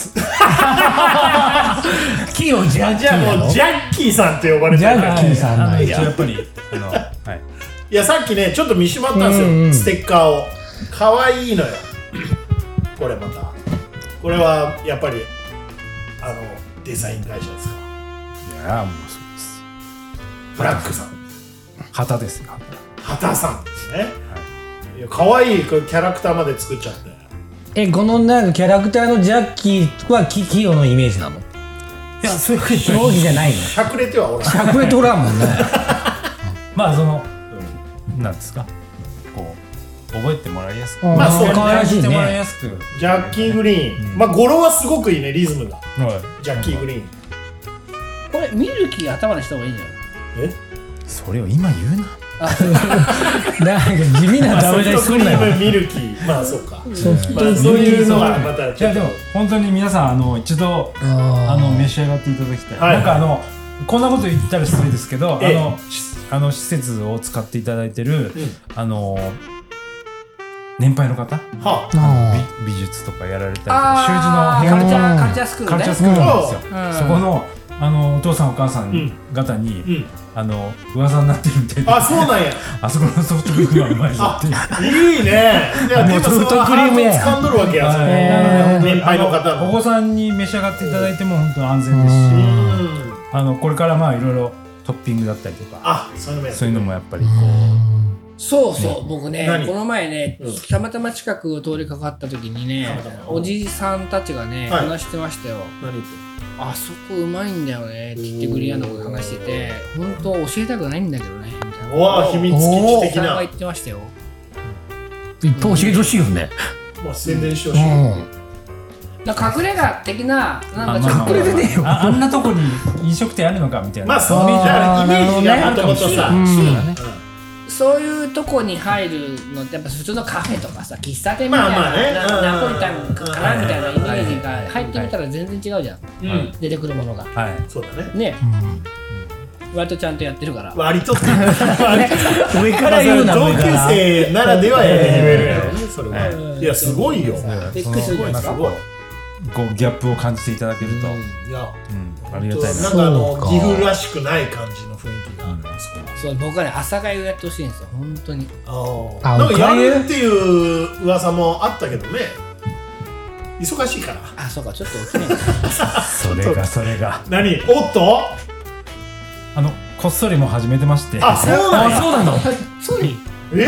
Speaker 3: キヨジャッキー。
Speaker 1: じゃあもうジャッキーさんって呼ばれてる。
Speaker 3: ジャッキーさんなんや。
Speaker 4: やっぱりい
Speaker 1: やさっきねちょっと見しまったんですよ、ステッカーを。かわいいのよ。これまたこれはやっぱりデザイン会社ですか？
Speaker 4: いやもうそうです。
Speaker 1: ブラックさん、
Speaker 4: 旗ですよ。
Speaker 1: 旗さんですね。かわいいキャラクターまで作っちゃって。
Speaker 3: このなんかキャラクターのジャッキーはキヨのイメージなの？いや、そういう競技じゃないの。
Speaker 1: しゃくれてはおらん。
Speaker 3: しゃくれておらんもんね。
Speaker 4: なんですか、こう覚えてもらいやすく、
Speaker 3: そうかわいらしいね。
Speaker 1: ジャッキーグリーン、語呂はすごくいいね、リズムが。ジャッキーグリーン。
Speaker 2: これミルキー頭にした方がいいんじゃない？
Speaker 4: それを今言うな。
Speaker 3: なんか地味なダメ出しするなよ。
Speaker 1: ミルキー、そうか。そういうのはまた。
Speaker 4: いやでも本当に皆さん一度召し上がっていただきたい。なんかこんなこと言ったら失礼ですけど、施設を使っていただいてる年配の方、美術とかやられたりとか、習字の
Speaker 2: カルチャースクールね。
Speaker 4: カルチャースクールなんですよ。そこのお父さんお母さん方に、噂になってるみたいで、
Speaker 1: あ、そうなんや。
Speaker 4: あそこのソフトクリームはうまいぞって
Speaker 1: いいね。いや、でもそのハート掴んどるわけや。年配の方の
Speaker 4: お子さんに召し上がっていただいても本当に安全ですし、これからまあいろいろトッピングだったりとか、そういうのもやっぱりこう。
Speaker 2: そうそう、僕ね、この前ね、たまたま近くを通りかかった時にね、おじいさんたちがね、話してましたよ。あそこうまいんだよねって言ってグリアンのこと話してて、本当は教えたくないんだけどねみたいな。
Speaker 1: おわ、秘密基地的な。
Speaker 2: 言ってましたよ。
Speaker 3: いっぱい教えてほしいよね。
Speaker 1: まあ宣伝してほしい。
Speaker 2: 隠れ家的な、なんか
Speaker 3: 隠れてねえよ。
Speaker 4: あんなとこに飲食店あるのかみたいな。
Speaker 1: まあそうね、じゃあイメージがもともとさ。
Speaker 2: そういうとこに入るのってやっぱ普通のカフェとかさ、喫茶店みたいな、ナポリタンかなみたいなイメージが入ってみたら全然違うじゃん、出てくるものが。
Speaker 1: そうだね。
Speaker 2: ね、割とちゃんとやってるから。
Speaker 1: 割とって
Speaker 3: 上から言うな、
Speaker 1: 同級生ならではや言えるやろね、それは。いや、すごいよ。
Speaker 2: びっくりするじゃないですか。
Speaker 4: こうギャップを感じていただけると、ありがたいな。
Speaker 1: なんか岐阜らしくない感じの雰囲気があるんですけど。
Speaker 2: そう、僕はね、朝粥をやってほしいんですよ、本当に。
Speaker 1: なんかやるっていう噂もあったけどね。忙しいから。
Speaker 2: あ、そうか、ちょっと起きない
Speaker 4: それが
Speaker 1: 何？おっと？
Speaker 4: こっそりも始めてまして。
Speaker 1: あ、そうなの？
Speaker 2: そうなの？そうに。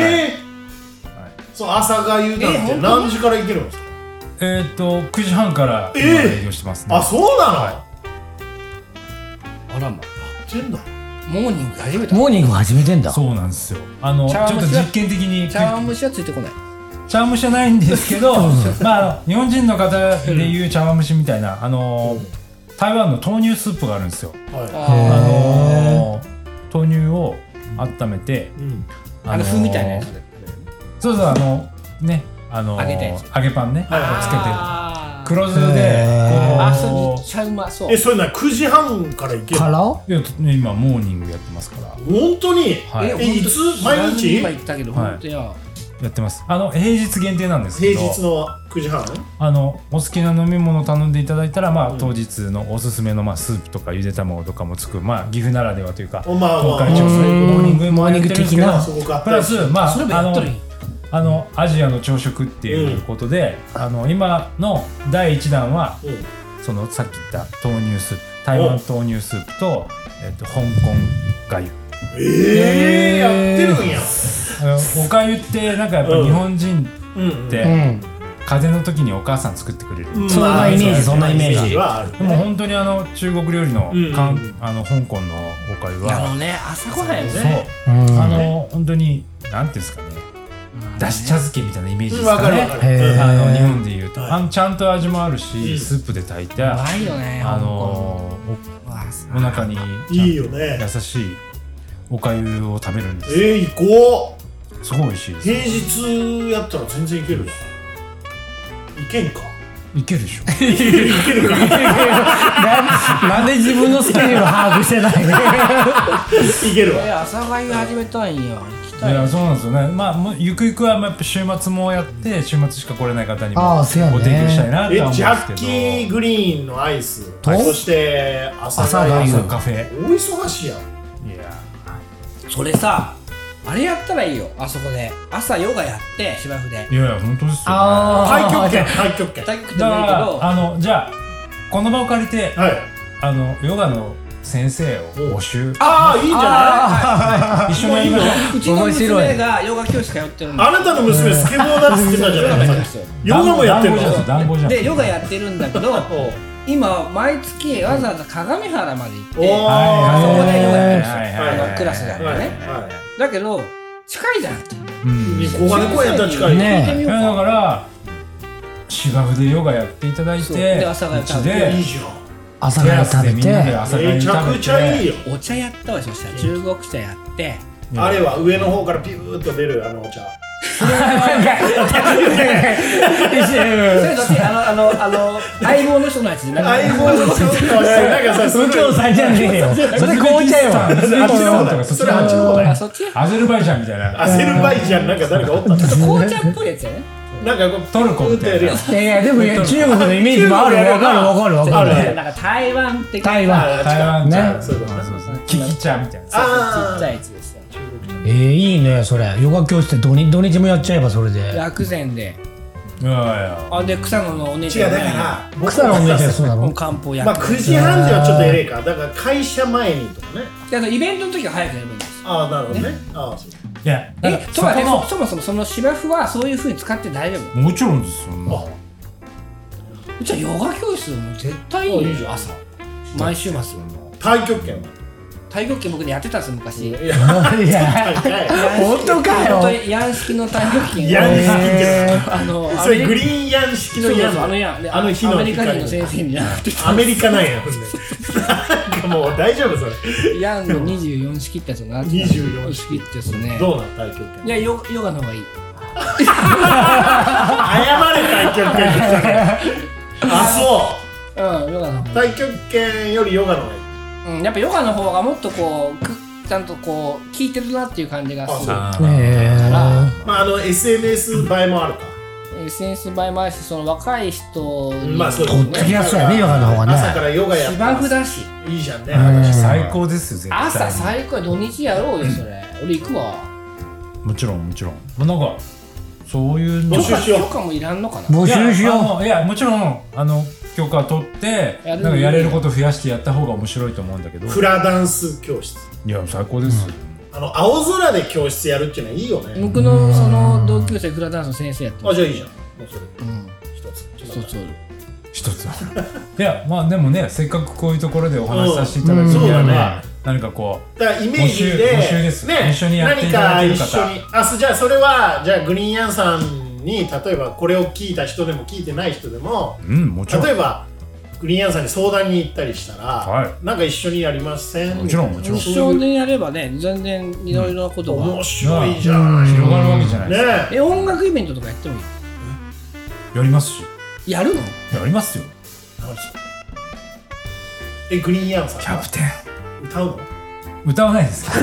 Speaker 1: そう、朝がゆなんて何時から行けるんですか
Speaker 4: ？9時半から営業してますね。
Speaker 1: あ、そうなの？
Speaker 2: あらま。や
Speaker 1: ってんだ。
Speaker 2: モーニング始めた。
Speaker 3: モーニング始めてんだ。
Speaker 4: そうなんですよ。ちょっと実験的に。
Speaker 2: 茶碗蒸しはついてこない。
Speaker 4: 茶碗蒸しはないんですけど、まあ日本人の方でいう茶碗蒸しみたいな台湾の豆乳スープがあるんですよ。豆乳を温めて、
Speaker 2: 麩みたいなやつで。
Speaker 4: そうね、
Speaker 2: 揚げたやつ、
Speaker 4: 揚げパンね、つけて黒酢で
Speaker 2: めっちゃうまそう。
Speaker 1: それな、9時半から行ける？
Speaker 4: いや、今モーニングやってますから。
Speaker 1: 本当に？いつ？毎日？
Speaker 2: 今言ったけど本当や。
Speaker 4: やってます。平日限定なんですけど、
Speaker 1: 平日の9時半？
Speaker 4: お好きな飲み物を頼んでいただいたら、当日のおすすめのスープとかゆで卵とかもつく、岐阜ならではというか、東海地方モーニングもやってるんですけど、プラスアジアの朝食っていうことで、今の第1弾は、そのさっき言った豆乳スープ、台湾豆乳スープと、香港がゆ。
Speaker 1: やってるんや。
Speaker 4: おかゆってなんかやっぱ日本人って風邪の時にお母さん作ってくれる、
Speaker 3: そんなイメージ。
Speaker 4: でも本当に中国料理の香港のおかゆは
Speaker 2: 朝ごはんやね。
Speaker 4: そう本当になんていうんですかね、だし茶漬けみたいなイメージですかね。日本でいうとちゃんと味もあるし、スープで炊いたお腹に優しいおかゆを食べるんです。
Speaker 1: 行こう。
Speaker 4: すごい美味しいです。
Speaker 1: 平日やったら全然いける。いけんか。
Speaker 4: いけるでしょ。
Speaker 1: いけるか。
Speaker 3: なんで自分のスケジュール把握してないの？
Speaker 1: いけるわ。
Speaker 2: 朝がゆ始めたいんや。
Speaker 4: いや、そうなんですよね。ゆくゆくはやっぱ週末もやって、週末しか来れない方にもご提供したいなって思うんですけど。
Speaker 1: ジャッキーグリーンのアイスと、そして朝がゆ
Speaker 4: カフェ。
Speaker 1: 大忙しいやん。
Speaker 2: それさ、あれやったらいいよ、あそこで朝ヨガやって芝生で。
Speaker 4: いや本当ですよ。
Speaker 1: 太極拳
Speaker 2: だから
Speaker 4: じゃあこの場を借りて、ヨガの先生を募集。
Speaker 1: いいんじゃない？
Speaker 4: 一緒にやりましょ
Speaker 2: う。うちの娘がヨガ教室通ってるんで。
Speaker 1: あなたの娘スケボーだって言ってたじゃないですか。ヨガもやってるじゃん。
Speaker 2: でヨガやってるんだけど、今毎月わざわざ鏡原まで行って、そこでヨガやってるんですよ。クラスだからね。だけど近いじゃん。
Speaker 1: 小金公園やったら近いね。
Speaker 4: だから芝生でヨガやっていただいて、
Speaker 2: 朝が食べ
Speaker 1: て、いいじゃん。
Speaker 3: 朝が食べて、
Speaker 1: めちゃくちゃいいよ。
Speaker 2: お茶やったわ。そしたら中国茶やって、
Speaker 1: あれは上の方からピューッと出るお茶。
Speaker 2: それどっち？相棒の人のやつじゃなくて。
Speaker 1: 相棒の人なんかさ、
Speaker 3: 右京さんじゃねえよ。それ紅茶よ。
Speaker 1: それあっちの方だよ。
Speaker 2: そっち？
Speaker 4: アゼルバイジャンみたいな。
Speaker 1: アゼルバイジャンなんか誰かおった。
Speaker 2: ちょっと紅茶っぽいやつやね。
Speaker 1: なんかこう
Speaker 4: トルコみたいな。
Speaker 3: いやでも中国のイメージもある。わかる。
Speaker 2: なんか台湾的な
Speaker 3: 台湾
Speaker 4: 台湾茶
Speaker 1: そういうことね。
Speaker 4: キキ茶みたいな。
Speaker 2: ちっちゃいやつですよ。
Speaker 3: いいねそれ。ヨガ教室って土日もやっちゃえばそれで。
Speaker 2: 薬膳で。
Speaker 4: いやいや。
Speaker 2: あで草野のお姉ちゃん
Speaker 1: 違うだから
Speaker 3: 草のお姉ちゃんそうなの。
Speaker 2: 漢方薬。
Speaker 1: まあ9時半時はちょっとエレか。だから会社前にとかね。
Speaker 2: だからイベントの時は早くやればいいんです。
Speaker 1: ああなるほどね。ああそう。
Speaker 4: いや、だから
Speaker 2: そもそもその芝生はそういう風に使って大丈夫。
Speaker 4: もちろんですよ。
Speaker 2: うちはヨガ教室も絶対いいよ朝。毎週末。
Speaker 1: 太極拳は。
Speaker 2: 太極拳僕でやってたんですよ昔。
Speaker 3: いや本当かよ。
Speaker 2: ヤン式の太極拳。
Speaker 1: ヤン式ってそれグリーンヤン式のヤン。
Speaker 2: あの日のアメリカ人の先生にじゃなくて
Speaker 1: アメリカなんや。なんかもう大丈夫それ。
Speaker 2: ヤンの24式ってやつになってた。24式ってやつね。
Speaker 1: どうなん太極拳。
Speaker 2: いやヨガの方がいい。
Speaker 1: 謝れ太極拳でしたね。あそう。
Speaker 2: ヨガの方が
Speaker 1: 太極拳よりヨガの方がいい。
Speaker 2: やっぱヨガの方がもっとこうちゃんとこう効いてるなっていう感じがするから、
Speaker 1: まあSNS 映えもあるか。
Speaker 2: SNS 映えもあるし、その若い人に
Speaker 1: まあそう
Speaker 3: とっつきやすいよねヨガの方がね。
Speaker 1: 朝からヨガやって
Speaker 2: 芝生だし
Speaker 1: いいじゃんね。
Speaker 4: 最高ですよ絶対。
Speaker 2: 朝最高。土日やろうよそれ。俺行くわ。
Speaker 4: もちろん。なんかそういうの
Speaker 1: 募集しよう。
Speaker 2: 許可もいらんのかな。
Speaker 3: 募集しよ
Speaker 4: う。いやもちろん許可取ってなんかやれること増やしてやった方が面白いと思うんだけど。
Speaker 1: フラダンス教室。
Speaker 4: いや最高です。
Speaker 1: 青空で教室やるっていうのはいいよね。
Speaker 2: 僕のその同級生フラダンスの先生やってる。
Speaker 1: あじゃあいいじゃん。もうそれ
Speaker 2: 一つ
Speaker 4: いやまあでもねせっかくこういうところでお話しさせていただくのであれば何かこう
Speaker 1: だからイメージで
Speaker 4: 募集ですね。一緒にやっていただける方。
Speaker 1: 何か一緒にじゃあそれはじゃあグリーンヤンさんに例えばこれを聞いた人でも聞いてない人でも、
Speaker 4: もちろん
Speaker 1: 例えばグリーンヤンさんに相談に行ったりしたら、なんか一緒にやりません？
Speaker 4: もちろん
Speaker 2: 一緒にやればね全然いろいろなことが
Speaker 1: 面白いじゃん。
Speaker 4: 広がるわけじゃないですか。
Speaker 2: 音楽イベントとかやってもいい？
Speaker 4: やりますし。
Speaker 2: やるの？
Speaker 4: やりますよ。
Speaker 1: グリーンヤンさん
Speaker 4: キャプテ
Speaker 1: ン歌うの？
Speaker 4: 歌わないですけど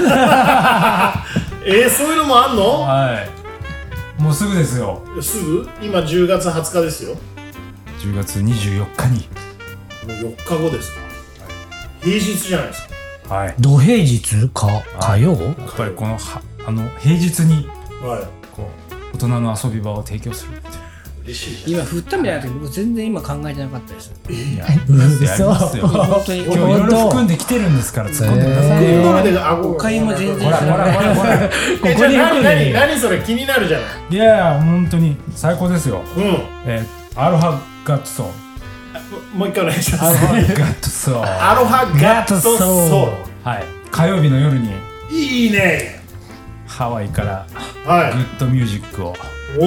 Speaker 1: そういうのもあんの？
Speaker 4: はいもうすぐですよ。
Speaker 1: すぐ？今10月20日ですよ。
Speaker 4: 10月24日に
Speaker 1: もう4日後ですか。平日じゃないですか。
Speaker 3: はい。土平日か火曜？
Speaker 4: やっぱりこの平日にこう大人の遊び場を提供するって
Speaker 1: 嬉しい。
Speaker 2: 今振ったみたいな時僕全然今考えてなかったです。
Speaker 4: いや本当に今日いろいろ含んできてるんですから突っ込んでくださいよ。
Speaker 2: お買いも全然
Speaker 4: ほらここに
Speaker 1: 何それ気になるじゃない。
Speaker 4: いや本当に最高ですよ。アロハガットソール。
Speaker 1: もう一回お願いします。
Speaker 4: アロハガットソール。
Speaker 1: アロハガットソール。
Speaker 4: はい火曜日の夜に
Speaker 1: いいね。
Speaker 4: ハワイからグッドミュージックを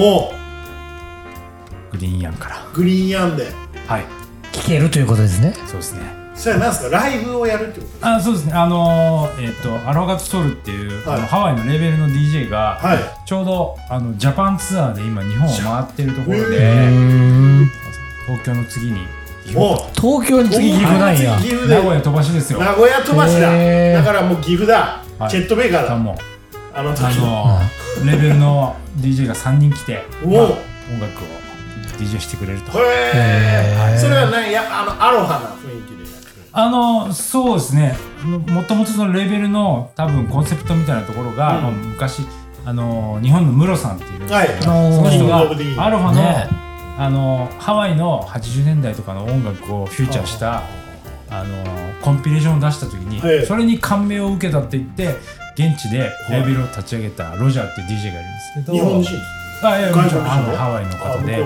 Speaker 4: グリーンヤンから
Speaker 1: グリーンヤンで
Speaker 3: 聴けるということですね。
Speaker 4: そうですね。
Speaker 1: それは何ですか？ライブをやるってことですか？
Speaker 4: そうですね。アロハガットソウルっていうハワイのレーベルの DJ がちょうどジャパンツアーで今日本を回ってるところで東京の次に
Speaker 3: 東京に次岐阜なんや。
Speaker 4: 名古屋飛ばしですよ。
Speaker 1: 名古屋飛ばしだ。だからもう岐阜だ。チェットベーカーだ。
Speaker 4: もレーベルの DJ が3人来て音楽を DJ してくれると。
Speaker 1: それは何やアロハな雰囲気でやってくれる？
Speaker 4: そうですね。もともとそのレーベルの多分コンセプトみたいなところが、昔日本のムロさんっているんですけど、その人がアロハの、ハワイの80年代とかの音楽をフューチャーしたコンピレーションを出した時に、それに感銘を受けたって言って現地でレーベルを立ち上げたロジャーっていう DJ がいるんですけど、
Speaker 1: 日本人？
Speaker 4: いやもちろんハワイの方で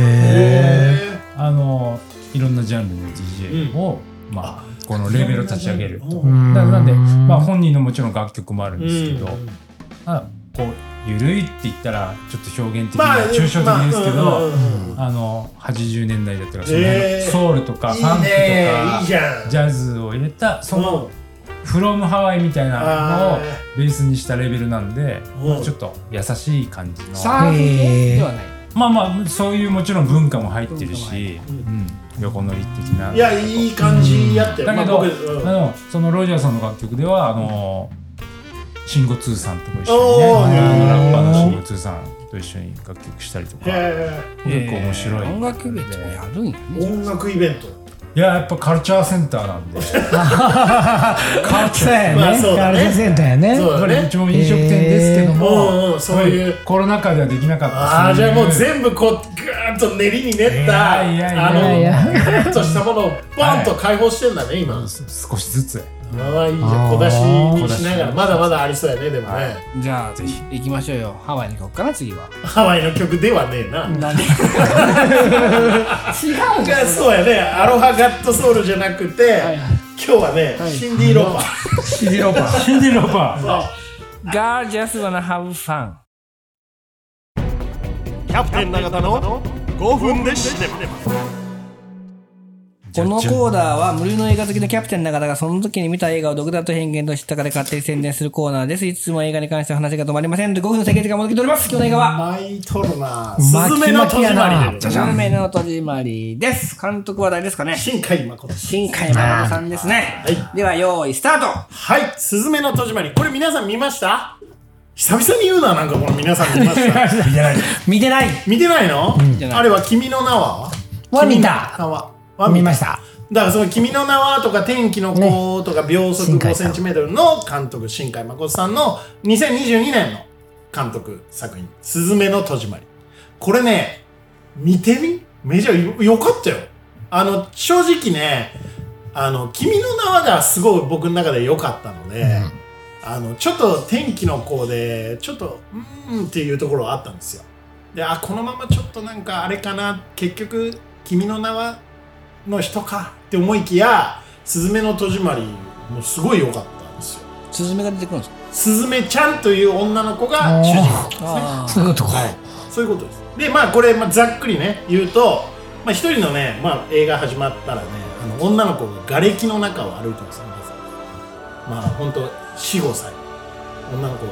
Speaker 4: いろんなジャンルの DJ を、このレーベルを立ち上げると。なんで、本人のもちろん楽曲もあるんですけど、こうゆるいって言ったらちょっと表現的な抽象的ですけど、80年代だったらソウルとかファンクとかジャズを入れたそのフロムハワイみたいなのをベースにしたレベルなんで、ちょっと優しい感じの
Speaker 2: サーフではない。
Speaker 4: そういうもちろん文化も入ってるし、横乗り的な。
Speaker 1: いやいい感じやってる。
Speaker 4: だけどそのロジャーさんの楽曲ではシンゴ2さんとご一緒にね、ラッパーのシンゴ2さんとと一緒に楽曲したりとか
Speaker 1: へ
Speaker 4: 結構面白い
Speaker 2: 音楽イベントもやるんやね。
Speaker 1: 音楽イベント。
Speaker 4: いややっぱカルチャーセンターなんで
Speaker 3: そうやね。
Speaker 1: まあそうだね
Speaker 3: カルチャーセンターやね。
Speaker 1: そうだね
Speaker 4: うちも飲食店ですけども、
Speaker 1: そういう
Speaker 4: コロナ禍ではできなかった
Speaker 1: ああじゃあもう全部こうぐーっと練りに練った
Speaker 4: いや
Speaker 1: ぐーっとしたものをバンと解放してんだね今。
Speaker 4: 少しずつ
Speaker 1: ああいいじゃん小出しにしながらまだまだありそうやねでもね。
Speaker 2: じゃあぜひ行きましょうよ。ハワイの曲かな次は。
Speaker 1: ハワイの曲ではねえな。
Speaker 2: なんで違うん
Speaker 1: じゃあそうやねアロハガットソウルじゃなくて
Speaker 2: はい
Speaker 1: 今日はねシンディ・ローパー。
Speaker 3: シディローパー。
Speaker 4: シンディ・ローパー
Speaker 2: ガージャスゴナハブファン。
Speaker 5: キャプテン永田の5分でシネマ。
Speaker 2: このコーナーは無料の映画好きのキャプテン永田がその時に見た映画を独断と偏見と知ったかで勝手に宣伝するコーナーです。いつも映画に関しては話が止まりませんので5分の制限時間も戻っております。今日の映画は
Speaker 1: 巻いとるなスズメの戸締まりで
Speaker 2: スズメの戸締まりです。監督は誰ですかね。
Speaker 1: 新海誠。
Speaker 2: 新海誠さんですね。では用意スタート。
Speaker 1: はいスズメの戸締まりこれ皆さん見ました？久々に言うななんかこの皆さん見ました？
Speaker 3: 見てない。
Speaker 1: 見てないの？
Speaker 2: てない
Speaker 1: あれは君の名は？
Speaker 3: は見た。
Speaker 1: 君の名は
Speaker 3: 見ました。
Speaker 1: だからその君の名はとか天気の子とか秒速
Speaker 3: 新海
Speaker 1: 5センチメートルの監督新海誠さんの2022年の監督作品すずめの戸締まり。これね見てみめちゃよかったよ。正直ね君の名はがすごい僕の中で良かったので、ちょっと天気の子でちょっとっていうところはあったんですよ。でこのままちょっとなんかあれかな結局君の名はの人かって思いきやスズメの戸締まりもすごい良かったんですよ。
Speaker 2: スズメが出てくるんですか。
Speaker 1: スズメちゃんという女の子が主人公ですね。
Speaker 3: そういうことか。
Speaker 1: そういうことです。でこれ、ざっくりね言うと一人のね、映画始まったらね女の子が瓦礫の中を歩いてますね。ほんと 4,5 歳女の子が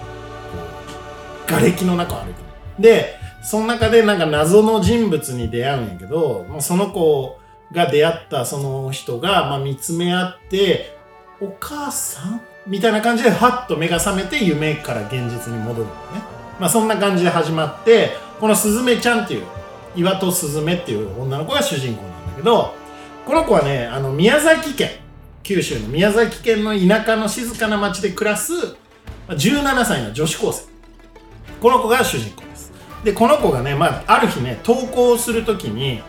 Speaker 1: 瓦礫の中を歩いてる。でその中でなんか謎の人物に出会うんやけど、その子が出会ったその人が見つめ合ってお母さんみたいな感じでハッと目が覚めて夢から現実に戻るのね。そんな感じで始まってこのすずめちゃんっていう岩戸すずめっていう女の子が主人公なんだけどこの子はね宮崎県九州の宮崎県の田舎の静かな町で暮らす17歳の女子高生この子が主人公です。でこの子がね、ある日ね登校するときに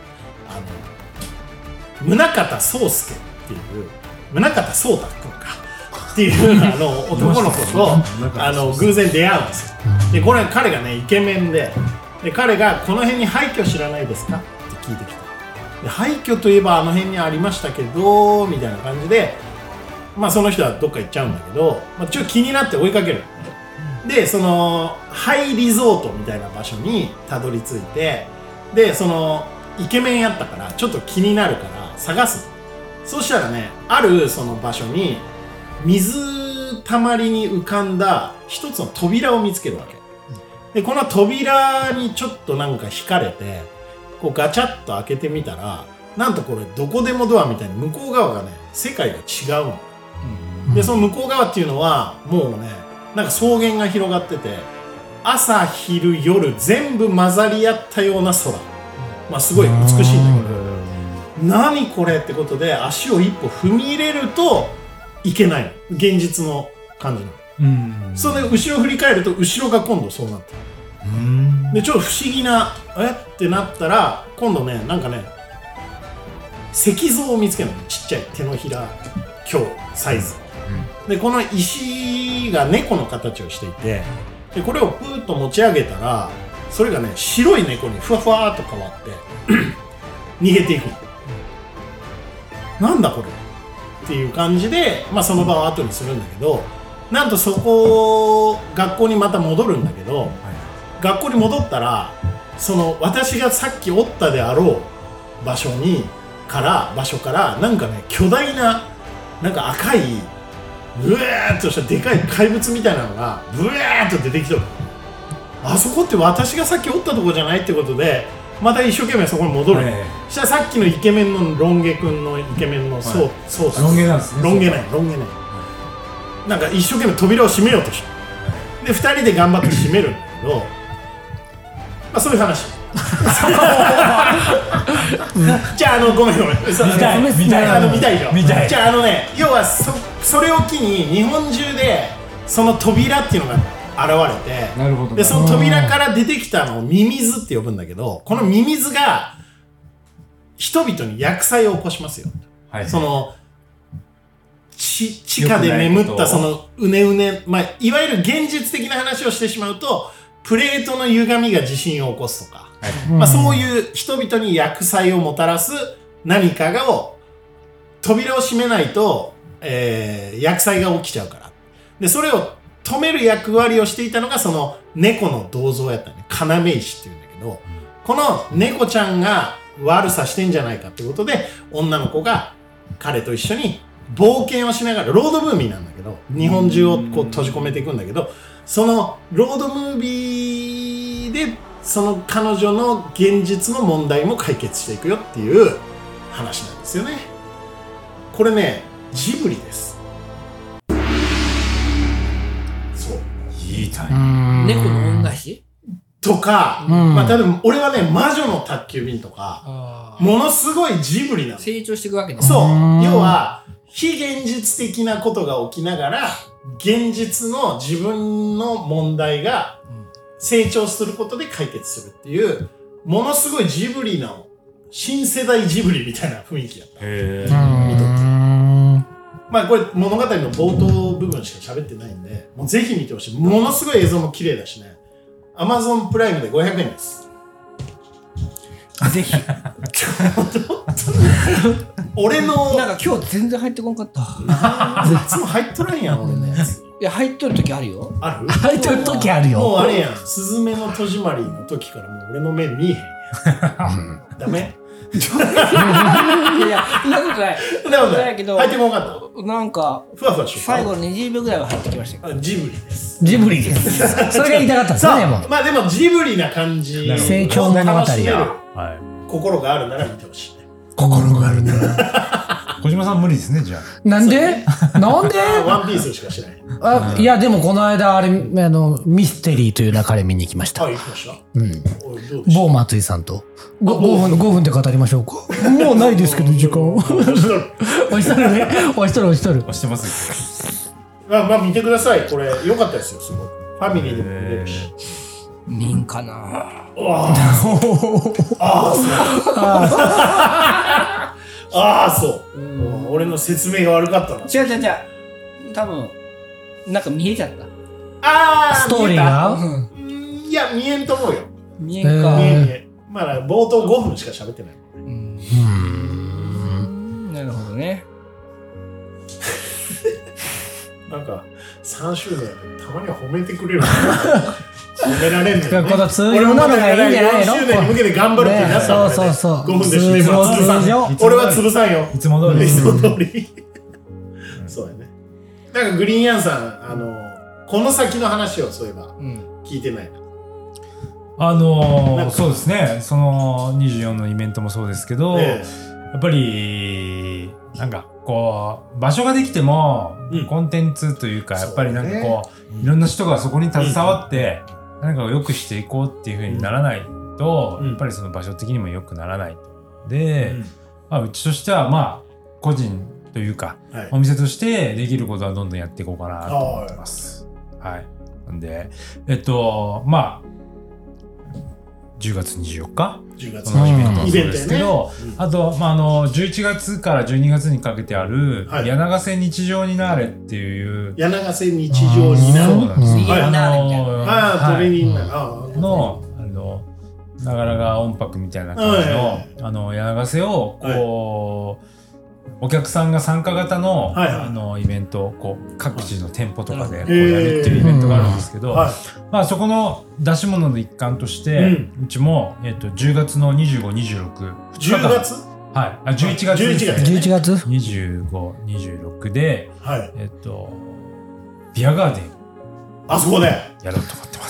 Speaker 1: 宗像宗介っていう宗像宗太君かっていう男の子と偶然出会うんですよ。で彼がねイケメンで彼がこの辺に廃墟知らないですかって聞いてきた。で廃墟といえばあの辺にありましたけどみたいな感じでその人はどっか行っちゃうんだけど、ちょっと気になって追いかける。でそのハイリゾートみたいな場所にたどり着いてでそのイケメンやったからちょっと気になるから探すの。そしたらねあるその場所に水たまりに浮かんだ一つの扉を見つけるわけ。でこの扉にちょっとなんか惹かれてこうガチャッと開けてみたらなんとこれどこでもドアみたいに向こう側がね世界が違うの。でその向こう側っていうのはもうねなんか草原が広がってて朝昼夜全部混ざり合ったような空、すごい美しいんだけど何これってことで足を一歩踏み入れるといけないの現実の感じなの。それで後ろ振り返ると後ろが今度そうなってる。でちょっと不思議なってなったら今度ねなんかね石像を見つけるの。ちっちゃい手のひら強サイズ、でこの石が猫の形をしていてでこれをプーッと持ち上げたらそれがね白い猫にふわふわーっと変わって逃げていく。なんだこれっていう感じで、その場を後にするんだけどなんとそこ学校にまた戻るんだけど、学校に戻ったらその私がさっきおったであろう場所からなんかね巨大ななんか赤いうわーっとしたでかい怪物みたいなのがブワーっと出てきてる。あそこって私がさっきおったとこじゃないってことでまた一生懸命そこに戻る。そしたらさっきのイケメンのロン毛くんのイケメンのそう
Speaker 4: ロン毛なんですね。
Speaker 1: ロン毛ないなんか一生懸命扉を閉めようとしてで2人で頑張って閉めるんだけどあ、そういう話じゃあごめん
Speaker 4: 見たいよ
Speaker 1: じゃあ要はそれを機に日本中でその扉っていうのが現れて、
Speaker 4: なるほど、
Speaker 1: でその扉から出てきたのをミミズって呼ぶんだけど、このミミズが人々に厄災を起こしますよ、はい、その地下で眠ったそのうねうね、まあ、いわゆる現実的な話をしてしまうとプレートの歪みが地震を起こすとか、はい、まあ、そういう人々に厄災をもたらす何かを扉を閉めないと、厄災が起きちゃうから、でそれを止める役割をしていたのがその猫の銅像やったね、要石っていうんだけど、この猫ちゃんが悪さしてんじゃないかってことで女の子が彼と一緒に冒険をしながら、ロードムービーなんだけど日本中をこう閉じ込めていくんだけど、そのロードムービーでその彼女の現実の問題も解決していくよっていう話なんですよね。これね、ジブリです。そう、
Speaker 4: いいタイム。
Speaker 2: 猫の恩返し
Speaker 1: とか、まあ多分俺はね、魔女の宅急便とかものすごいジブリなの。
Speaker 2: 成長していくわけね。
Speaker 1: そう、要は非現実的なことが起きながら現実の自分の問題が成長することで解決するっていうものすごいジブリの新世代ジブリみたいな雰囲気やった。見とって。まあこれ物語の冒頭部分しか喋ってないんで、もうぜひ見てほしい。ものすごい映像も綺麗だしね。Amazon プライムで500円です。
Speaker 2: ぜひ。
Speaker 1: 俺の
Speaker 2: なんか今日全然入ってこんかった。
Speaker 1: いつも入っとらんやん俺のやつ。
Speaker 2: いや入っとる時あるよ。
Speaker 1: ある？
Speaker 3: 入っとる時あるよ。
Speaker 1: もうあれやん。スズメの戸締まりの時からもう俺の目見えへんやん。ダメ？
Speaker 2: いやいや、そんなことない。
Speaker 1: そんなことない
Speaker 2: けど、
Speaker 1: 入ってこんかった。
Speaker 2: なんか
Speaker 1: ふわふわしよう。
Speaker 2: 最後の20秒ぐらいは入ってきましたけど。
Speaker 1: ジブリです。
Speaker 3: ジブリです。それが言いたかったんですね。もう
Speaker 1: まあでもジブリな感じ。
Speaker 3: 成長物語や。
Speaker 1: 心があるなら見てほしいね。
Speaker 3: 心があるなら。
Speaker 4: 小島さん無理ですね、じゃあ。
Speaker 3: なんで？なんで？
Speaker 1: ワンピースしかしない。
Speaker 3: あ、いやでもこの間あれミステリーという流れ見に行きました。
Speaker 1: あ、行きました。
Speaker 3: うん。某松井さんと5分で語りましょうか。もうないですけど時間。押しとるね。押しとる。押
Speaker 4: してます。
Speaker 1: まあ見てください。これ良かったですよ、すごい。ファミリーでも見れるし。
Speaker 2: 見んかな。
Speaker 1: ああ、そう。俺の説明が悪かったな。
Speaker 2: 違う。多分なんか見えちゃった。
Speaker 1: ああ、
Speaker 3: ストーリーが？
Speaker 1: いや、見えんと思うよ。
Speaker 2: 見えんか。
Speaker 1: 見え。まあ冒頭5分しか喋ってない。
Speaker 2: なるほどね。
Speaker 1: なんか3周年でたまには褒めてくれる。褒められんねんね。
Speaker 3: この通常なのがいいんじゃないの？
Speaker 1: 4周年に向けて頑張るってなったからね。
Speaker 3: そう。
Speaker 1: 5分で死ねば潰さん。俺は潰さんよ。
Speaker 4: いつも通り。
Speaker 1: いつも通り。そうやね。なんかグリーンヤンさん、この先の話をそういえば聞いてないな。
Speaker 4: そうですね。その24のイベントもそうですけど、やっぱりなんかこう場所ができてもコンテンツというか、やっぱりなんかこういろんな人がそこに携わって何かを良くしていこうっていう風にならないと、やっぱりその場所的にも良くならないと。で、うちとしてはまあ個人というか、お店としてできることはどんどんやっていこうかなと思ってます。はい。なんでまあ10月24日のイベントもそうですけど、あと、11月から12月にかけてある柳瀬日常になれっていう、
Speaker 1: 柳瀬日常になれ、
Speaker 4: そうなんです。
Speaker 2: トレーニング
Speaker 4: の長良川音楽みたいな感じの柳瀬をこうお客さんが参加型のイベントをこう各地の店舗とかでこうやるっていうイベントがあるんですけど、まあそこの出し物の一環として、うちも10月の25、26、
Speaker 1: 10月？
Speaker 4: はい、11月ですね。
Speaker 3: 11月
Speaker 4: 25、26でビアガーデン
Speaker 1: あそこで
Speaker 4: やろうと思ってます。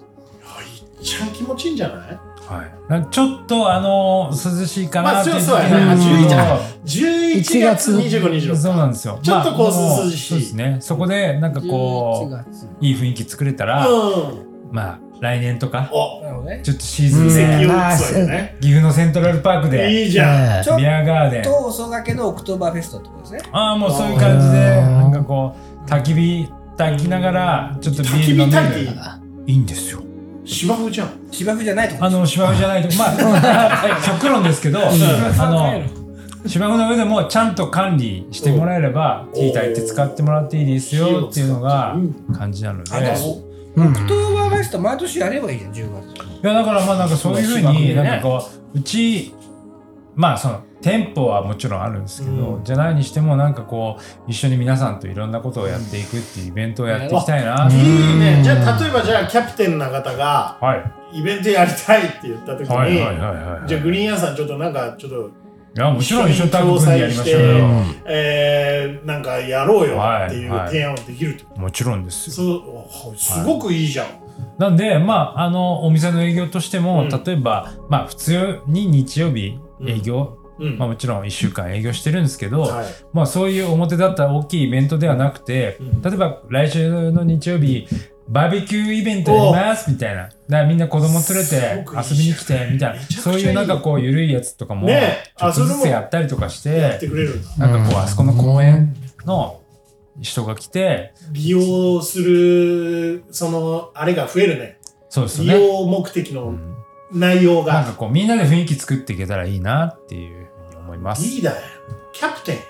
Speaker 1: いっちゃん気持ちいいんじゃない？
Speaker 4: はい、ちょっと涼しいかなっていう
Speaker 1: そうやね。11月25、26。
Speaker 4: そうなんですよ。
Speaker 1: ちょっとこう涼しい。
Speaker 4: そうですね。そこでなんかこういい雰囲気作れたら、まあ来年とか
Speaker 1: お
Speaker 2: なるほどね。
Speaker 4: ちょっとシーズン
Speaker 1: 石
Speaker 4: で
Speaker 1: 油ツアーね。
Speaker 4: 岐阜のセントラルパークで
Speaker 1: いいじゃん。
Speaker 2: ちょっ
Speaker 4: ビアガーデン
Speaker 2: と遅がけのオクトーバーフェストってことですね。
Speaker 4: ああもうそういう感じでなんかこう焚き火焚きながらちょっとビール飲んで
Speaker 1: 焚き火
Speaker 4: いいんですよ。
Speaker 1: 芝生じゃん。
Speaker 2: 芝生じゃないとこ
Speaker 4: 芝生じゃないとまあ極論ですけど芝生の上でもちゃんと管理してもらえればティータイって使ってもらっていいですよっていうのが感じなので、
Speaker 2: オクトーバーフェスト毎年やればいいじゃん、10月。
Speaker 4: いやだからまあなんかそういうふうになんかこううちまあその店舗はもちろんあるんですけど、じゃないにしてもなんかこう一緒に皆さんといろんなことをやっていくっていうイベントをやっていきたいな。
Speaker 1: いいね。じゃあ例えばじゃあキャプテン永田が
Speaker 4: はい
Speaker 1: イベントやりたいって言った時
Speaker 4: はい
Speaker 1: に、
Speaker 4: はいはいはい。
Speaker 1: じゃあグリーンヤンさんちょっとなんかちょっと
Speaker 4: いやもちろん一緒にタッグ組んでやりましょうよ。
Speaker 1: なんかやろうよっていう提案をできるってこと。
Speaker 4: もちろんですよ。
Speaker 1: そうすごくいいじゃん。
Speaker 4: なんでまあお店の営業としても、例えばまあ普通に日曜日営業、まあもちろん1週間営業してるんですけど、まあそういう表だった大きいイベントではなくて、例えば来週の日曜日バーベキューイベントやりますみたいな。だからみんな子供連れて遊びに来てみたいな。そういうなんかこう緩いやつとかもちょっとずつやったりとかして、なんかこうあそこの公園の人が来て
Speaker 1: 利用するそのあれが増えるね。
Speaker 4: そうですね。
Speaker 1: 利用目的の内容が
Speaker 4: なんかこうみんなで雰囲気作っていけたらいいなっていうふうに思います。
Speaker 1: リーダーやキャプテン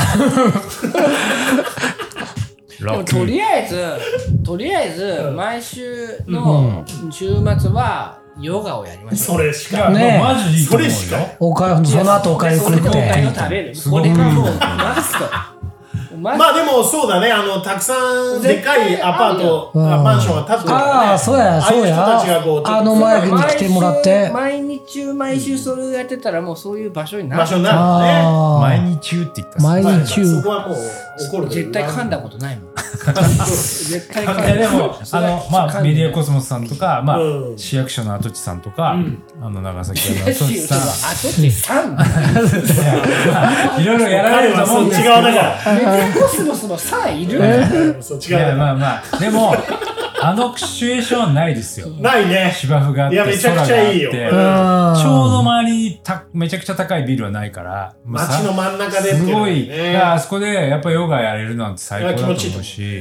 Speaker 2: でもとりあえず毎週の週末はヨガをやりましょう。
Speaker 1: それしか
Speaker 3: ね
Speaker 4: マジでいいと思うよ。
Speaker 3: その後おかゆ食っ
Speaker 2: おかゆを
Speaker 3: て。
Speaker 2: 食べる。これがもうマスト。
Speaker 1: まあでもそうだね、たくさんでかいアパート、マンションが建ってるからね。
Speaker 3: ああ、そうや、そうや。マイクに来てもらって。
Speaker 2: 毎週それをやってたらもうそういう場所になる。
Speaker 1: 場所になるね。
Speaker 4: 毎日って言った
Speaker 3: 毎日。
Speaker 1: そこはもう怒る。
Speaker 2: 絶対噛んだことないもん。絶対噛んだ。
Speaker 4: でもまあメディアコスモスさんとか、まあ市役所の跡地さんとか、長崎の跡地さん、
Speaker 2: 跡地さん。
Speaker 4: いろいろやられると思うんですけど。
Speaker 2: コスモスのさいる？
Speaker 1: い
Speaker 4: やまあまあでもシチュエーションはないですよ。
Speaker 1: ないね。
Speaker 4: 芝生があって
Speaker 1: めちゃくちゃいいよ。
Speaker 4: ちょうど周りにめちゃくちゃ高いビルはないから
Speaker 1: 街の真ん中で。
Speaker 4: すごい。あそこでやっぱヨガやれるなんて最高だと思うし。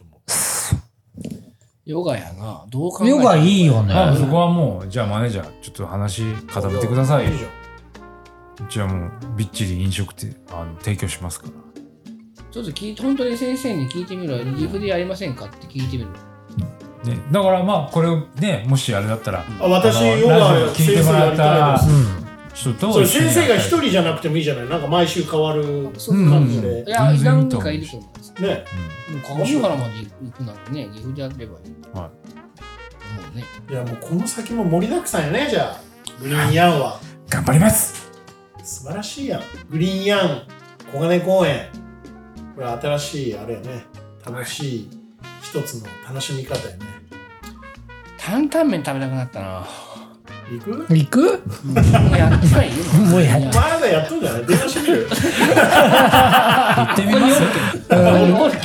Speaker 2: ヨガやな。どう考え
Speaker 3: ヨガいいよね。
Speaker 4: そこはもうじゃあマネージャーちょっと話固めてくださいよ。じゃあもうびっちり飲食提供しますから。
Speaker 2: ちょっと本当に先生に聞いてみろ。岐阜でやりませんかって聞いてみる。
Speaker 4: ね、だからまあこれをねもしあれだったら
Speaker 1: 私ヨガ
Speaker 4: 聞いてもらった人と
Speaker 1: 先生が一人じゃなくてもいいじゃない。なんか毎週変わる感じで。
Speaker 2: いや何人かいると思うんです
Speaker 1: ね。
Speaker 2: 鏡原まで行くならね岐阜でやればいい。も
Speaker 1: うね。いやもうこの先も盛りだくさんやね。じゃあグリーンヤンは
Speaker 4: 頑張ります。
Speaker 1: 素晴らしいやん。グリーンヤン小金公園。これ新しいあれやね。楽しい一つの楽しみ方やね。
Speaker 2: 担々麺食べたくなったな。
Speaker 3: 行く？
Speaker 2: もうやってないよ。
Speaker 3: もうや
Speaker 1: まだやっとんじゃない？電話してみる？
Speaker 4: 行ってみます？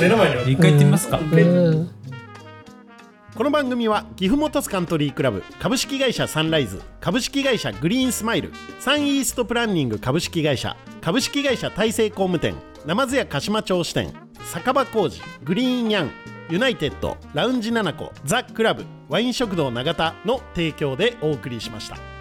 Speaker 1: 目の前に
Speaker 4: 一回行ってみますか？
Speaker 1: この番組は岐阜モトスカントリークラブ株式会社サンライズ株式会社グリーンスマイルサンイーストプランニング株式会社株式会社大成工務店鯰屋鹿島町支店酒場工事グリーンヤンユナイテッドラウンジ7個ザ・クラブワイン食堂永田の提供でお送りしました。